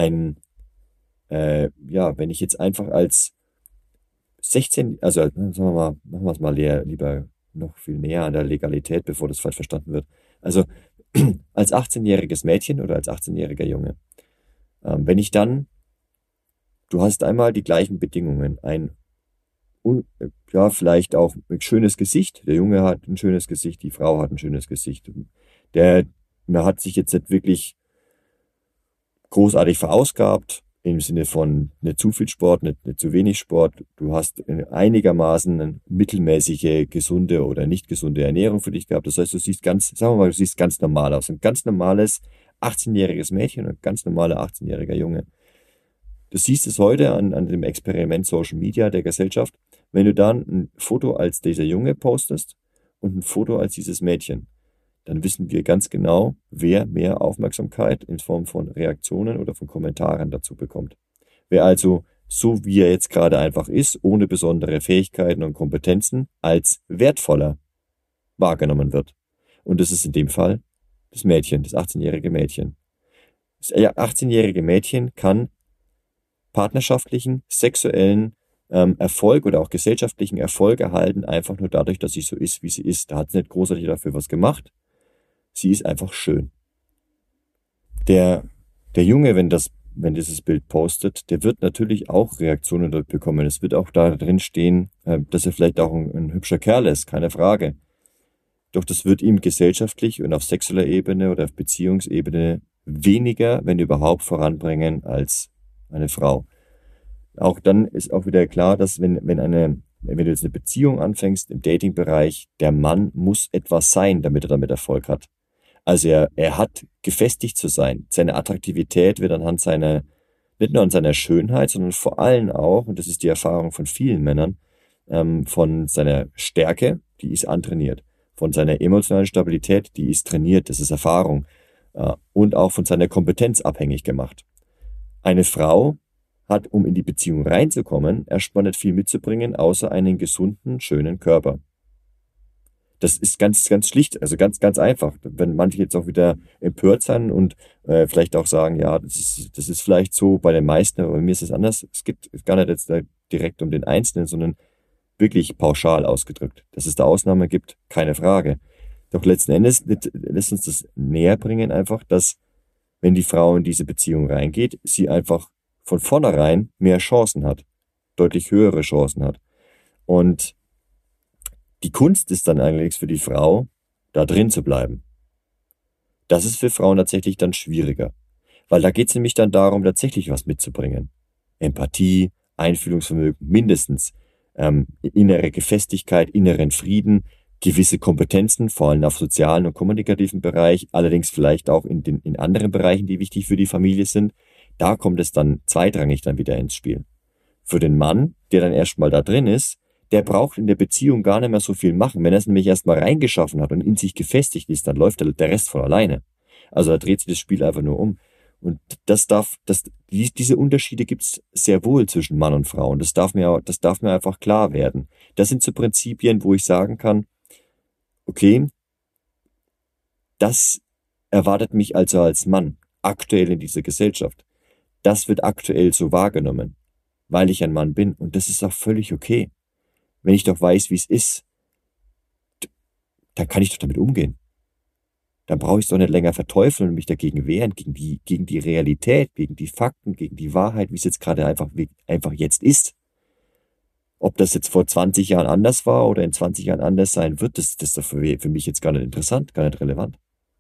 ja, wenn ich jetzt einfach als 16, also sagen wir mal, machen wir es mal lieber noch viel näher an der Legalität, bevor das falsch verstanden wird. Also als 18-jähriges Mädchen oder als 18-jähriger Junge, wenn ich dann, du hast einmal die gleichen Bedingungen, ja, vielleicht auch ein schönes Gesicht. Der Junge hat ein schönes Gesicht, die Frau hat ein schönes Gesicht. Der, man hat sich jetzt nicht wirklich großartig verausgabt, im Sinne von nicht zu viel Sport, nicht zu wenig Sport. Du hast einigermaßen eine mittelmäßige, gesunde oder nicht gesunde Ernährung für dich gehabt. Das heißt, du siehst ganz, sagen wir mal, du siehst ganz normal aus. Ein ganz normales 18-jähriges Mädchen und ein ganz normaler 18-jähriger Junge. Du siehst es heute an dem Experiment Social Media der Gesellschaft, wenn du dann ein Foto als dieser Junge postest und ein Foto als dieses Mädchen, dann wissen wir ganz genau, wer mehr Aufmerksamkeit in Form von Reaktionen oder von Kommentaren dazu bekommt. Wer also, so wie er jetzt gerade einfach ist, ohne besondere Fähigkeiten und Kompetenzen, als wertvoller wahrgenommen wird. Und das ist in dem Fall das Mädchen, das 18-jährige Mädchen. Das 18-jährige Mädchen kann partnerschaftlichen, sexuellen Erfolg oder auch gesellschaftlichen Erfolg erhalten, einfach nur dadurch, dass sie so ist, wie sie ist. Da hat sie nicht großartig dafür was gemacht. Sie ist einfach schön. Der, der Junge, wenn dieses Bild postet, der wird natürlich auch Reaktionen dort bekommen. Es wird auch da drin stehen, dass er vielleicht auch ein hübscher Kerl ist, keine Frage. Doch das wird ihm gesellschaftlich und auf sexueller Ebene oder auf Beziehungsebene weniger, wenn überhaupt, voranbringen als eine Frau. Auch dann ist auch wieder klar, dass wenn du jetzt eine Beziehung anfängst im Dating-Bereich, der Mann muss etwas sein, damit er damit Erfolg hat. Also er hat gefestigt zu sein. Seine Attraktivität wird anhand seiner, nicht nur an seiner Schönheit, sondern vor allem auch, und das ist die Erfahrung von vielen Männern, von seiner Stärke, die ist antrainiert, von seiner emotionalen Stabilität, die ist trainiert, das ist Erfahrung, und auch von seiner Kompetenz abhängig gemacht. Eine Frau hat, um in die Beziehung reinzukommen, erstmal nicht viel mitzubringen, außer einen gesunden, schönen Körper. Das ist ganz, ganz schlicht, also ganz, ganz einfach. Wenn manche jetzt auch wieder empört sind und vielleicht auch sagen, ja, das ist vielleicht so bei den meisten, aber bei mir ist es anders. Es geht gar nicht jetzt direkt um den Einzelnen, sondern wirklich pauschal ausgedrückt. Dass es da Ausnahmen gibt, keine Frage. Doch letzten Endes lässt uns das näher bringen einfach, dass wenn die Frau in diese Beziehung reingeht, sie einfach von vornherein mehr Chancen hat, deutlich höhere Chancen hat. Und die Kunst ist dann allerdings für die Frau, da drin zu bleiben. Das ist für Frauen tatsächlich dann schwieriger, weil da geht es nämlich dann darum, tatsächlich was mitzubringen. Empathie, Einfühlungsvermögen, mindestens innere Gefestigkeit, inneren Frieden, gewisse Kompetenzen, vor allem auf sozialen und kommunikativen Bereich, allerdings vielleicht auch in anderen Bereichen, die wichtig für die Familie sind. Da kommt es dann zweitrangig dann wieder ins Spiel. Für den Mann, der dann erstmal da drin ist, der braucht in der Beziehung gar nicht mehr so viel machen. Wenn er es nämlich erstmal reingeschaffen hat und in sich gefestigt ist, dann läuft der Rest von alleine. Also da dreht sich das Spiel einfach nur um. Und diese Unterschiede gibt es sehr wohl zwischen Mann und Frau. Und das darf mir einfach klar werden. Das sind so Prinzipien, wo ich sagen kann, okay, das erwartet mich also als Mann aktuell in dieser Gesellschaft. Das wird aktuell so wahrgenommen, weil ich ein Mann bin. Und das ist auch völlig okay. Wenn ich doch weiß, wie es ist, dann kann ich doch damit umgehen. Dann brauche ich es doch nicht länger verteufeln und mich dagegen wehren, gegen die Realität, gegen die Fakten, gegen die Wahrheit, wie es jetzt gerade einfach jetzt ist. Ob das jetzt vor 20 Jahren anders war oder in 20 Jahren anders sein wird, das ist doch für mich jetzt gar nicht interessant, gar nicht relevant.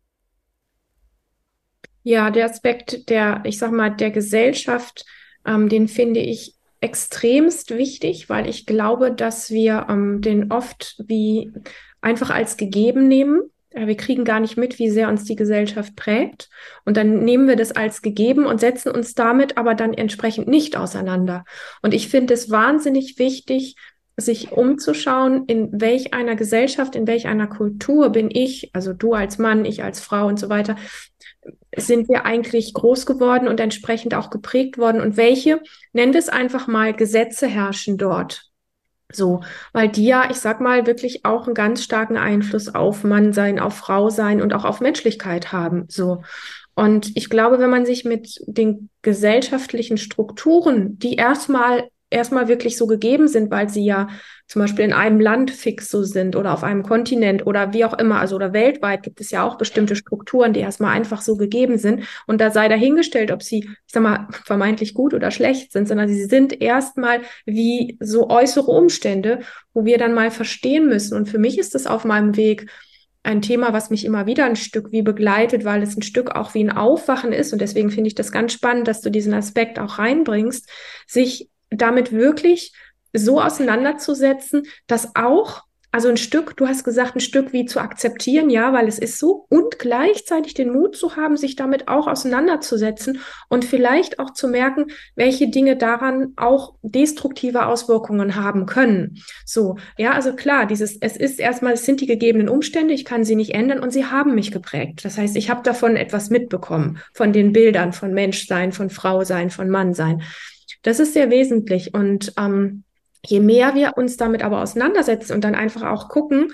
Ja, der Aspekt der, ich sag mal, der Gesellschaft, den finde ich extremst wichtig, weil ich glaube, dass wir den oft wie einfach als gegeben nehmen. Wir kriegen gar nicht mit, wie sehr uns die Gesellschaft prägt. Und dann nehmen wir das als gegeben und setzen uns damit aber dann entsprechend nicht auseinander. Und ich finde es wahnsinnig wichtig, sich umzuschauen, in welch einer Gesellschaft, in welch einer Kultur bin ich, also du als Mann, ich als Frau und so weiter, sind wir eigentlich groß geworden und entsprechend auch geprägt worden und welche, nennen wir es einfach mal, Gesetze herrschen dort. So, weil die ja, ich sag mal, wirklich auch einen ganz starken Einfluss auf Mannsein, auf Frausein und auch auf Menschlichkeit haben. So. Und ich glaube, wenn man sich mit den gesellschaftlichen Strukturen, die erstmal wirklich so gegeben sind, weil sie ja zum Beispiel in einem Land fix so sind oder auf einem Kontinent oder wie auch immer, also oder weltweit gibt es ja auch bestimmte Strukturen, die erstmal einfach so gegeben sind. Und da sei dahingestellt, ob sie, ich sag mal, vermeintlich gut oder schlecht sind, sondern sie sind erstmal wie so äußere Umstände, wo wir dann mal verstehen müssen. Und für mich ist das auf meinem Weg ein Thema, was mich immer wieder ein Stück wie begleitet, weil es ein Stück auch wie ein Aufwachen ist. Und deswegen finde ich das ganz spannend, dass du diesen Aspekt auch reinbringst, sich damit wirklich so auseinanderzusetzen, dass auch, also ein Stück, du hast gesagt, ein Stück wie zu akzeptieren, ja, weil es ist so, und gleichzeitig den Mut zu haben, sich damit auch auseinanderzusetzen und vielleicht auch zu merken, welche Dinge daran auch destruktive Auswirkungen haben können. So, ja, also klar, es ist erstmal, es sind die gegebenen Umstände, ich kann sie nicht ändern und sie haben mich geprägt. Das heißt, ich habe davon etwas mitbekommen, von den Bildern von Menschsein, von Frausein, von Mannsein. Das ist sehr wesentlich und je mehr wir uns damit aber auseinandersetzen und dann einfach auch gucken,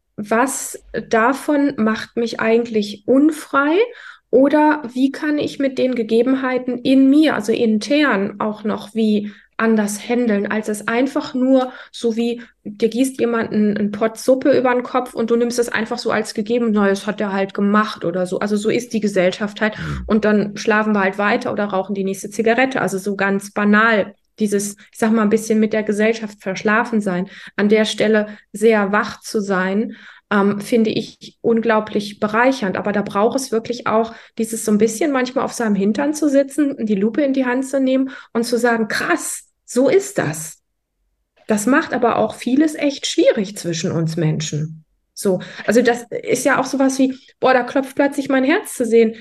was davon macht mich eigentlich unfrei oder wie kann ich mit den Gegebenheiten in mir, also intern, auch noch wie anders handeln, als es einfach nur so wie, dir gießt jemand einen Pott Suppe über den Kopf und du nimmst es einfach so als gegeben, na, das hat er halt gemacht oder so. Also so ist die Gesellschaft halt. Hm. Und dann schlafen wir halt weiter oder rauchen die nächste Zigarette. Also so ganz banal dieses, ich sag mal, ein bisschen mit der Gesellschaft verschlafen sein, an der Stelle sehr wach zu sein, finde ich unglaublich bereichernd. Aber da braucht es wirklich auch dieses so ein bisschen manchmal auf seinem Hintern zu sitzen, die Lupe in die Hand zu nehmen und zu sagen, krass, so ist das. Das macht aber auch vieles echt schwierig zwischen uns Menschen. So, also das ist ja auch sowas wie, boah, da klopft plötzlich mein Herz zu sehen.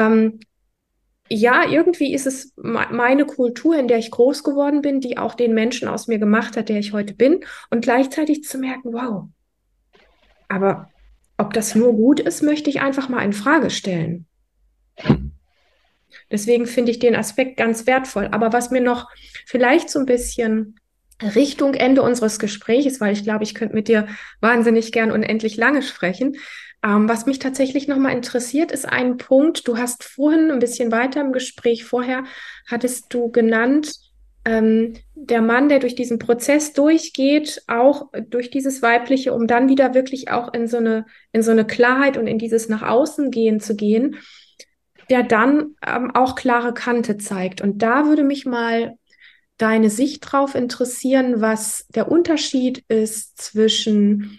Ja, irgendwie ist es meine Kultur, in der ich groß geworden bin, die auch den Menschen aus mir gemacht hat, der ich heute bin. Und gleichzeitig zu merken, wow, aber ob das nur gut ist, möchte ich einfach mal in Frage stellen. Deswegen finde ich den Aspekt ganz wertvoll. Aber was mir noch vielleicht so ein bisschen Richtung Ende unseres Gesprächs, weil ich glaube, ich könnte mit dir wahnsinnig gern unendlich lange sprechen. Was mich tatsächlich nochmal interessiert, ist ein Punkt. Du hast vorhin ein bisschen weiter im Gespräch vorher, hattest du genannt, der Mann, der durch diesen Prozess durchgeht, auch durch dieses Weibliche, um dann wieder wirklich auch in so eine Klarheit und in dieses nach außen gehen zu gehen, der dann auch klare Kante zeigt. Und da würde mich mal deine Sicht drauf interessieren, was der Unterschied ist zwischen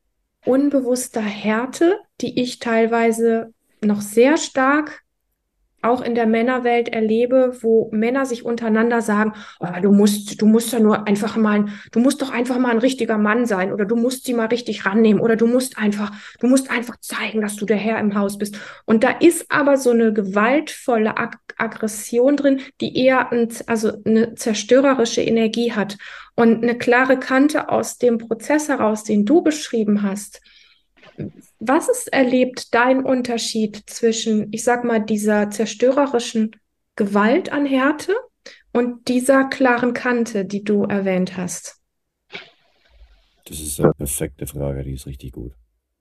unbewusster Härte, die ich teilweise noch sehr stark auch in der Männerwelt erlebe, wo Männer sich untereinander sagen, oh, du musst ja nur einfach mal, du musst doch einfach mal ein richtiger Mann sein oder du musst sie mal richtig rannehmen oder du musst einfach zeigen, dass du der Herr im Haus bist. Und da ist aber so eine gewaltvolle Aggression drin, die eher also eine zerstörerische Energie hat und eine klare Kante aus dem Prozess heraus, den du beschrieben hast. Was ist erlebt dein Unterschied zwischen, ich sag mal, dieser zerstörerischen Gewalt an Härte und dieser klaren Kante, die du erwähnt hast? Das ist eine perfekte Frage, die ist richtig gut.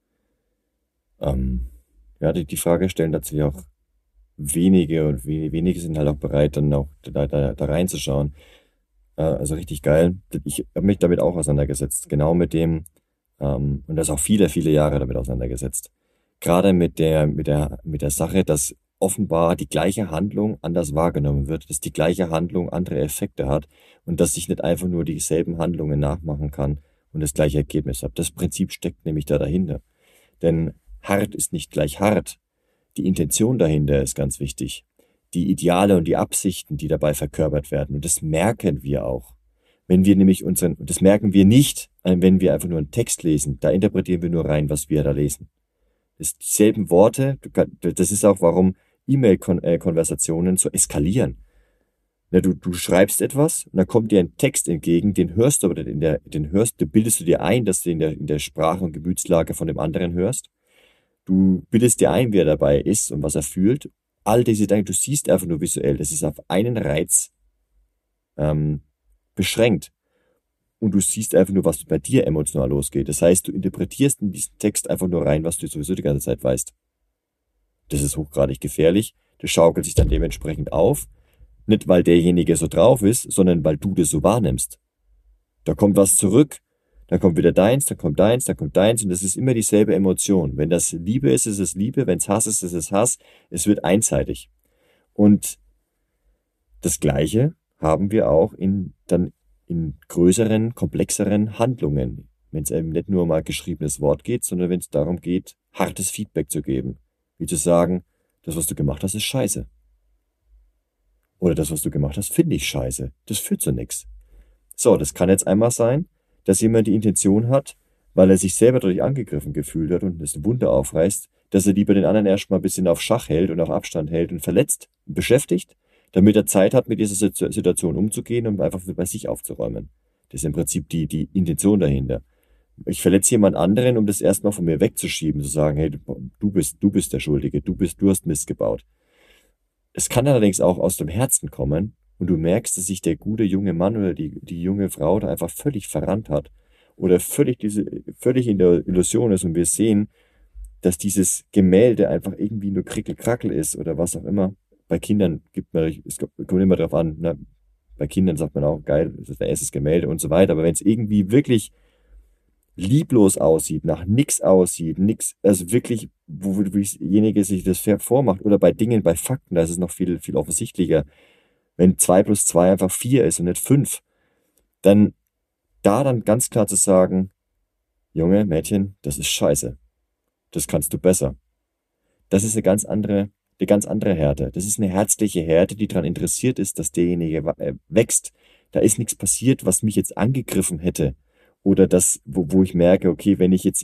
Ähm, ja, die Frage stellen tatsächlich auch wenige und wenige sind halt auch bereit, dann auch da reinzuschauen. Also richtig geil. Ich habe mich damit auch auseinandergesetzt. Genau mit dem, und das auch viele, viele Jahre damit auseinandergesetzt. Gerade mit der Sache, dass offenbar die gleiche Handlung anders wahrgenommen wird, dass die gleiche Handlung andere Effekte hat und dass ich nicht einfach nur dieselben Handlungen nachmachen kann und das gleiche Ergebnis habe. Das Prinzip steckt nämlich da dahinter. Denn hart ist nicht gleich hart. Die Intention dahinter ist ganz wichtig. Die Ideale und die Absichten, die dabei verkörpert werden. Und das merken wir auch. Wenn wir nämlich das merken wir nicht, wenn wir einfach nur einen Text lesen. Da interpretieren wir nur rein, was wir da lesen. Das sind dieselben Worte. Das ist auch, warum E-Mail-Konversationen so eskalieren. Na, du schreibst etwas und dann kommt dir ein Text entgegen, den hörst du aber nicht du bildest du dir ein, dass du in der Sprache und Gemütslage von dem anderen hörst. Du bildest dir ein, wie er dabei ist und was er fühlt. All diese Dinge, du siehst einfach nur visuell. Das ist auf einen Reiz ähm, beschränkt. Und du siehst einfach nur, was bei dir emotional losgeht. Das heißt, du interpretierst in diesen Text einfach nur rein, was du sowieso die ganze Zeit weißt. Das ist hochgradig gefährlich. Das schaukelt sich dann dementsprechend auf. Nicht, weil derjenige so drauf ist, sondern weil du das so wahrnimmst. Da kommt was zurück, dann kommt wieder deins, dann kommt deins, dann kommt deins und das ist immer dieselbe Emotion. Wenn das Liebe ist, ist es Liebe, wenn es Hass ist, ist es Hass. Es wird einseitig. Und das Gleiche haben wir auch dann in größeren, komplexeren Handlungen. Wenn es eben nicht nur um ein geschriebenes Wort geht, sondern wenn es darum geht, hartes Feedback zu geben. Wie zu sagen, das, was du gemacht hast, ist scheiße. Oder das, was du gemacht hast, finde ich scheiße. Das führt zu nichts. So, das kann jetzt einmal sein, dass jemand die Intention hat, weil er sich selber dadurch angegriffen gefühlt hat und es eine Wunde aufreißt, dass er lieber den anderen erstmal ein bisschen auf Schach hält und auf Abstand hält und verletzt und beschäftigt, damit er Zeit hat, mit dieser Situation umzugehen und einfach bei sich aufzuräumen. Das ist im Prinzip die Intention dahinter. Ich verletze jemand anderen, um das erstmal von mir wegzuschieben, zu sagen, hey, du bist der Schuldige, du hast Mist gebaut. Es kann allerdings auch aus dem Herzen kommen und du merkst, dass sich der gute junge Mann oder die junge Frau da einfach völlig verrannt hat oder völlig in der Illusion ist und wir sehen, dass dieses Gemälde einfach irgendwie nur Krickel-Krackel ist oder was auch immer. Bei Kindern es kommt immer darauf an, ne? Bei Kindern sagt man auch, geil, das ist der erste Gemälde und so weiter, aber wenn es irgendwie wirklich lieblos aussieht, nach nix aussieht, nix, also wirklich, wo derjenige sich das vormacht, oder bei Dingen, bei Fakten, da ist es noch viel, viel offensichtlicher. Wenn 2 plus 2 einfach 4 ist und nicht 5, dann da dann ganz klar zu sagen, Junge, Mädchen, das ist scheiße. Das kannst du besser. Das ist eine ganz andere Härte. Das ist eine herzliche Härte, die daran interessiert ist, dass derjenige wächst. Da ist nichts passiert, was mich jetzt angegriffen hätte. Oder das, wo ich merke, okay,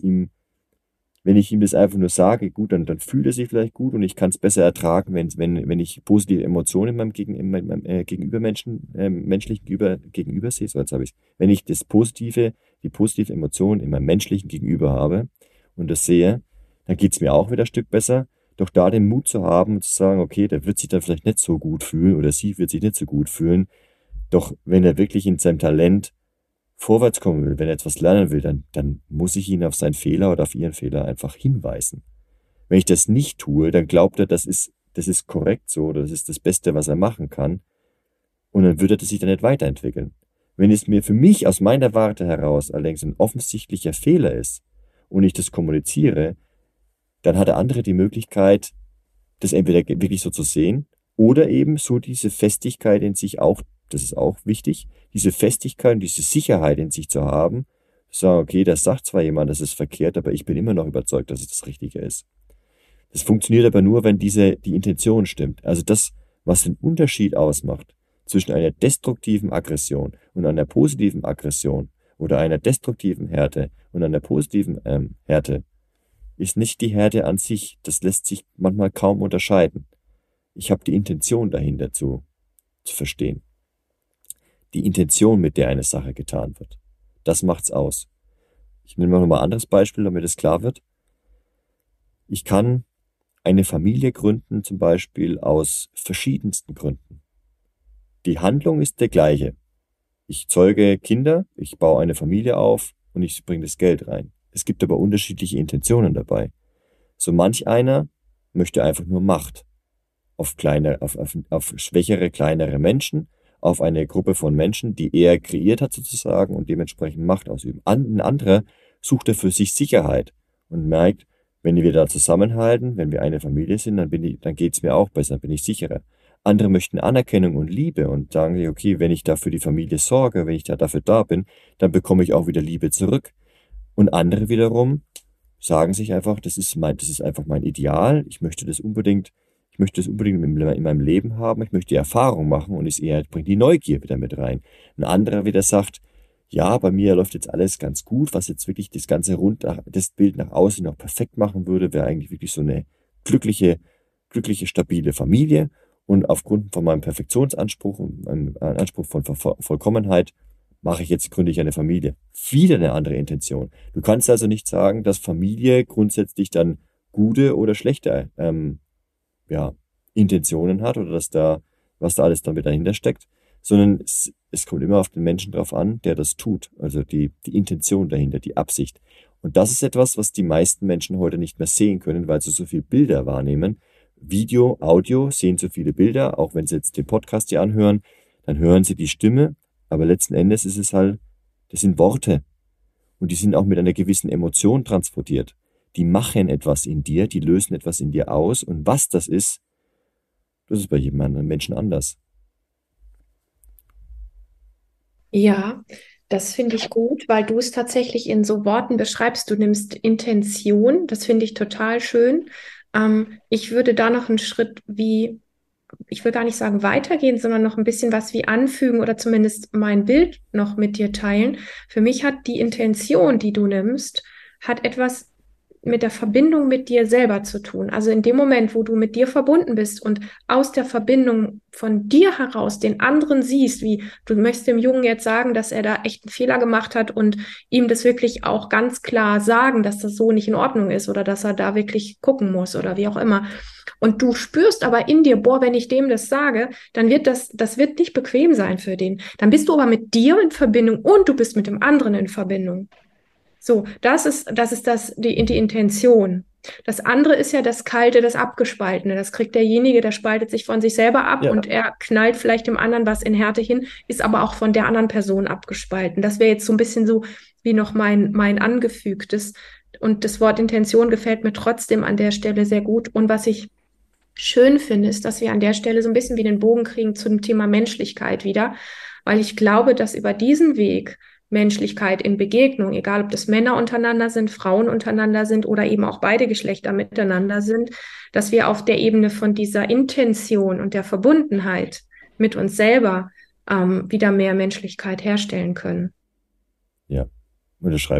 wenn ich ihm das einfach nur sage, gut, dann fühlt er sich vielleicht gut und ich kann es besser ertragen, wenn ich positive Emotionen in meinem menschlichen Gegenüber sehe. So, jetzt habe ich wenn ich die positive Emotion in meinem menschlichen Gegenüber habe und das sehe, dann geht es mir auch wieder ein Stück besser. Doch da den Mut zu haben und zu sagen, okay, der wird sich dann vielleicht nicht so gut fühlen oder sie wird sich nicht so gut fühlen. Doch wenn er wirklich in seinem Talent vorwärts kommen will, wenn er etwas lernen will, dann muss ich ihn auf seinen Fehler oder auf ihren Fehler einfach hinweisen. Wenn ich das nicht tue, dann glaubt er, das ist korrekt so oder das ist das Beste, was er machen kann. Und dann würde er sich dann nicht weiterentwickeln. Wenn es mir für mich aus meiner Warte heraus allerdings ein offensichtlicher Fehler ist und ich das kommuniziere, dann hat der andere die Möglichkeit, das entweder wirklich so zu sehen oder eben so diese Festigkeit in sich auch, das ist auch wichtig, diese Festigkeit und diese Sicherheit in sich zu haben, zu sagen, okay, das sagt zwar jemand, das ist verkehrt, aber ich bin immer noch überzeugt, dass es das Richtige ist. Das funktioniert aber nur, wenn die Intention stimmt. Also das, was den Unterschied ausmacht zwischen einer destruktiven Aggression und einer positiven Aggression oder einer destruktiven Härte und einer positiven Härte, ist nicht die Härte an sich. Das lässt sich manchmal kaum unterscheiden. Ich habe die Intention dahinter zu verstehen. Die Intention, mit der eine Sache getan wird. Das macht's aus. Ich nehme noch mal ein anderes Beispiel, damit es klar wird. Ich kann eine Familie gründen, zum Beispiel aus verschiedensten Gründen. Die Handlung ist der gleiche. Ich zeuge Kinder, ich baue eine Familie auf und ich bringe das Geld rein. Es gibt aber unterschiedliche Intentionen dabei. So manch einer möchte einfach nur Macht auf schwächere, kleinere Menschen, auf eine Gruppe von Menschen, die er kreiert hat sozusagen und dementsprechend Macht ausüben. Ein anderer sucht er für sich Sicherheit und merkt, wenn wir da zusammenhalten, wenn wir eine Familie sind, dann geht's mir auch besser, dann bin ich sicherer. Andere möchten Anerkennung und Liebe und sagen sich, okay, wenn ich da für die Familie sorge, wenn ich da dafür da bin, dann bekomme ich auch wieder Liebe zurück. Und andere wiederum sagen sich einfach, das ist einfach mein Ideal, ich möchte das unbedingt in meinem Leben haben, ich möchte die Erfahrung machen und bringt die Neugier wieder mit rein. Ein anderer wieder sagt, ja, bei mir läuft jetzt alles ganz gut, was jetzt wirklich das Bild nach außen noch perfekt machen würde, wäre eigentlich wirklich so eine glückliche, stabile Familie. Und aufgrund von meinem Perfektionsanspruch und meinem Anspruch von Vollkommenheit gründe ich eine Familie. Wieder eine andere Intention. Du kannst also nicht sagen, dass Familie grundsätzlich dann gute oder schlechte ja, Intentionen hat oder was da alles damit dahinter steckt, sondern es kommt immer auf den Menschen drauf an, der das tut. Also die Intention dahinter, die Absicht. Und das ist etwas, was die meisten Menschen heute nicht mehr sehen können, weil sie so viele Bilder wahrnehmen. Video, Audio, sehen so viele Bilder, auch wenn sie jetzt den Podcast hier anhören, dann hören sie die Stimme, aber letzten Endes ist es halt, das sind Worte und die sind auch mit einer gewissen Emotion transportiert. Die machen etwas in dir, die lösen etwas in dir aus und was das ist bei jedem anderen Menschen anders. Ja, das finde ich gut, weil du es tatsächlich in so Worten beschreibst. Du nimmst Intention, das finde ich total schön. Ich würde da noch einen Schritt ich will gar nicht sagen weitergehen, sondern noch ein bisschen was wie anfügen oder zumindest mein Bild noch mit dir teilen. Für mich hat die Intention, die du nimmst, hat etwas mit der Verbindung mit dir selber zu tun. Also in dem Moment, wo du mit dir verbunden bist und aus der Verbindung von dir heraus den anderen siehst, wie du möchtest dem Jungen jetzt sagen, dass er da echt einen Fehler gemacht hat und ihm das wirklich auch ganz klar sagen, dass das so nicht in Ordnung ist oder dass er da wirklich gucken muss oder wie auch immer. Und du spürst aber in dir, boah, wenn ich dem das sage, dann wird das wird nicht bequem sein für den. Dann bist du aber mit dir in Verbindung und du bist mit dem anderen in Verbindung. So, die Intention. Das andere ist ja das Kalte, das Abgespaltene. Das kriegt derjenige, der spaltet sich von sich selber ab Ja, und er knallt vielleicht dem anderen was in Härte hin, ist aber auch von der anderen Person abgespalten. Das wäre jetzt so ein bisschen so wie noch mein angefügtes. Und das Wort Intention gefällt mir trotzdem an der Stelle sehr gut. Und was ich schön finde, ist, dass wir an der Stelle so ein bisschen wie den Bogen kriegen zu dem Thema Menschlichkeit wieder, weil ich glaube, dass über diesen Weg Menschlichkeit in Begegnung, egal ob das Männer untereinander sind, Frauen untereinander sind oder eben auch beide Geschlechter miteinander sind, dass wir auf der Ebene von dieser Intention und der Verbundenheit mit uns selber wieder mehr Menschlichkeit herstellen können. ja. Und das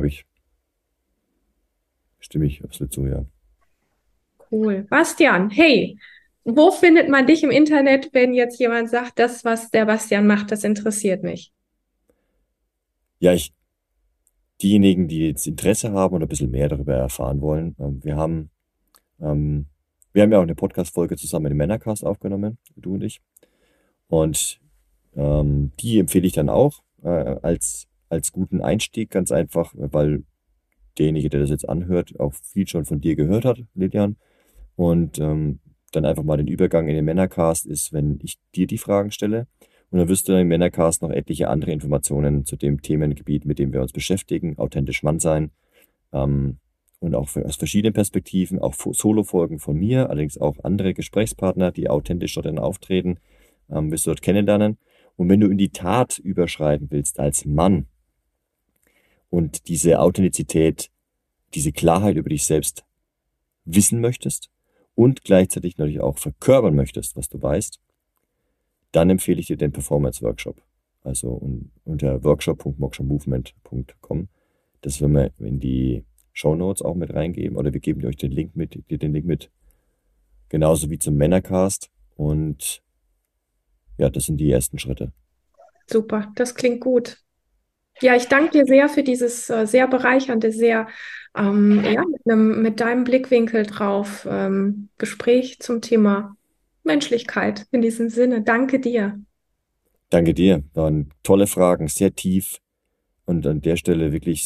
stimme ich absolut zu, ja. Cool. Bastian, hey, wo findet man dich im Internet, wenn jetzt jemand sagt, das, was der Bastian macht, das interessiert mich? Ja, diejenigen, die jetzt Interesse haben und ein bisschen mehr darüber erfahren wollen, ähm, wir haben ja auch eine Podcast-Folge zusammen im Männercast aufgenommen, du und ich. Und die empfehle ich dann auch als guten Einstieg, ganz einfach, weil derjenige, der das jetzt anhört, auch viel schon von dir gehört hat, Lilian. Und dann einfach mal den Übergang in den Männercast ist, wenn ich dir die Fragen stelle. Und dann wirst du im Männercast noch etliche andere Informationen zu dem Themengebiet, mit dem wir uns beschäftigen, authentisch Mann sein. Und auch aus verschiedenen Perspektiven, auch Solo-Folgen von mir, allerdings auch andere Gesprächspartner, die authentisch dort dann auftreten, wirst du dort kennenlernen. Und wenn du in die Tat überschreiten willst als Mann und diese Authentizität, diese Klarheit über dich selbst wissen möchtest und gleichzeitig natürlich auch verkörpern möchtest, was du weißt, dann empfehle ich dir den Performance Workshop. Also unter workshop.mokshamovement.com. Das werden wir in die Shownotes auch mit reingeben, oder wir geben euch dir den Link mit, genauso wie zum Männercast. Und ja, das sind die ersten Schritte. Super, das klingt gut. Ja, ich danke dir sehr für dieses sehr bereichernde, sehr ja, mit deinem Blickwinkel drauf Gespräch zum Thema Menschlichkeit. In diesem Sinne, danke dir. Danke dir. Waren tolle Fragen, sehr tief. Und an der Stelle wirklich,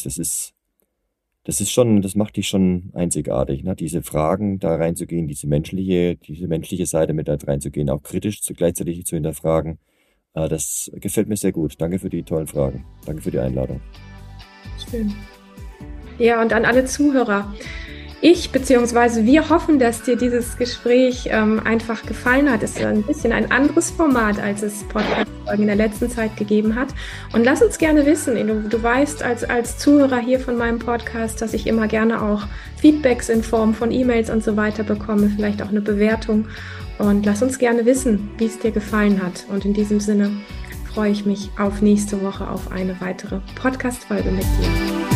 das macht dich schon einzigartig, ne? Diese Fragen da reinzugehen, diese menschliche Seite mit da reinzugehen, auch kritisch gleichzeitig zu hinterfragen. Das gefällt mir sehr gut. Danke für die tollen Fragen. Danke für die Einladung. Schön. Ja, und an alle Zuhörer. Wir hoffen, dass dir dieses Gespräch einfach gefallen hat. Es ist ein bisschen ein anderes Format, als es Podcast-Folgen in der letzten Zeit gegeben hat. Und lass uns gerne wissen, du weißt als Zuhörer hier von meinem Podcast, dass ich immer gerne auch Feedbacks in Form von E-Mails und so weiter bekomme, vielleicht auch eine Bewertung. Und lass uns gerne wissen, wie es dir gefallen hat. Und in diesem Sinne freue ich mich auf nächste Woche auf eine weitere Podcast-Folge mit dir.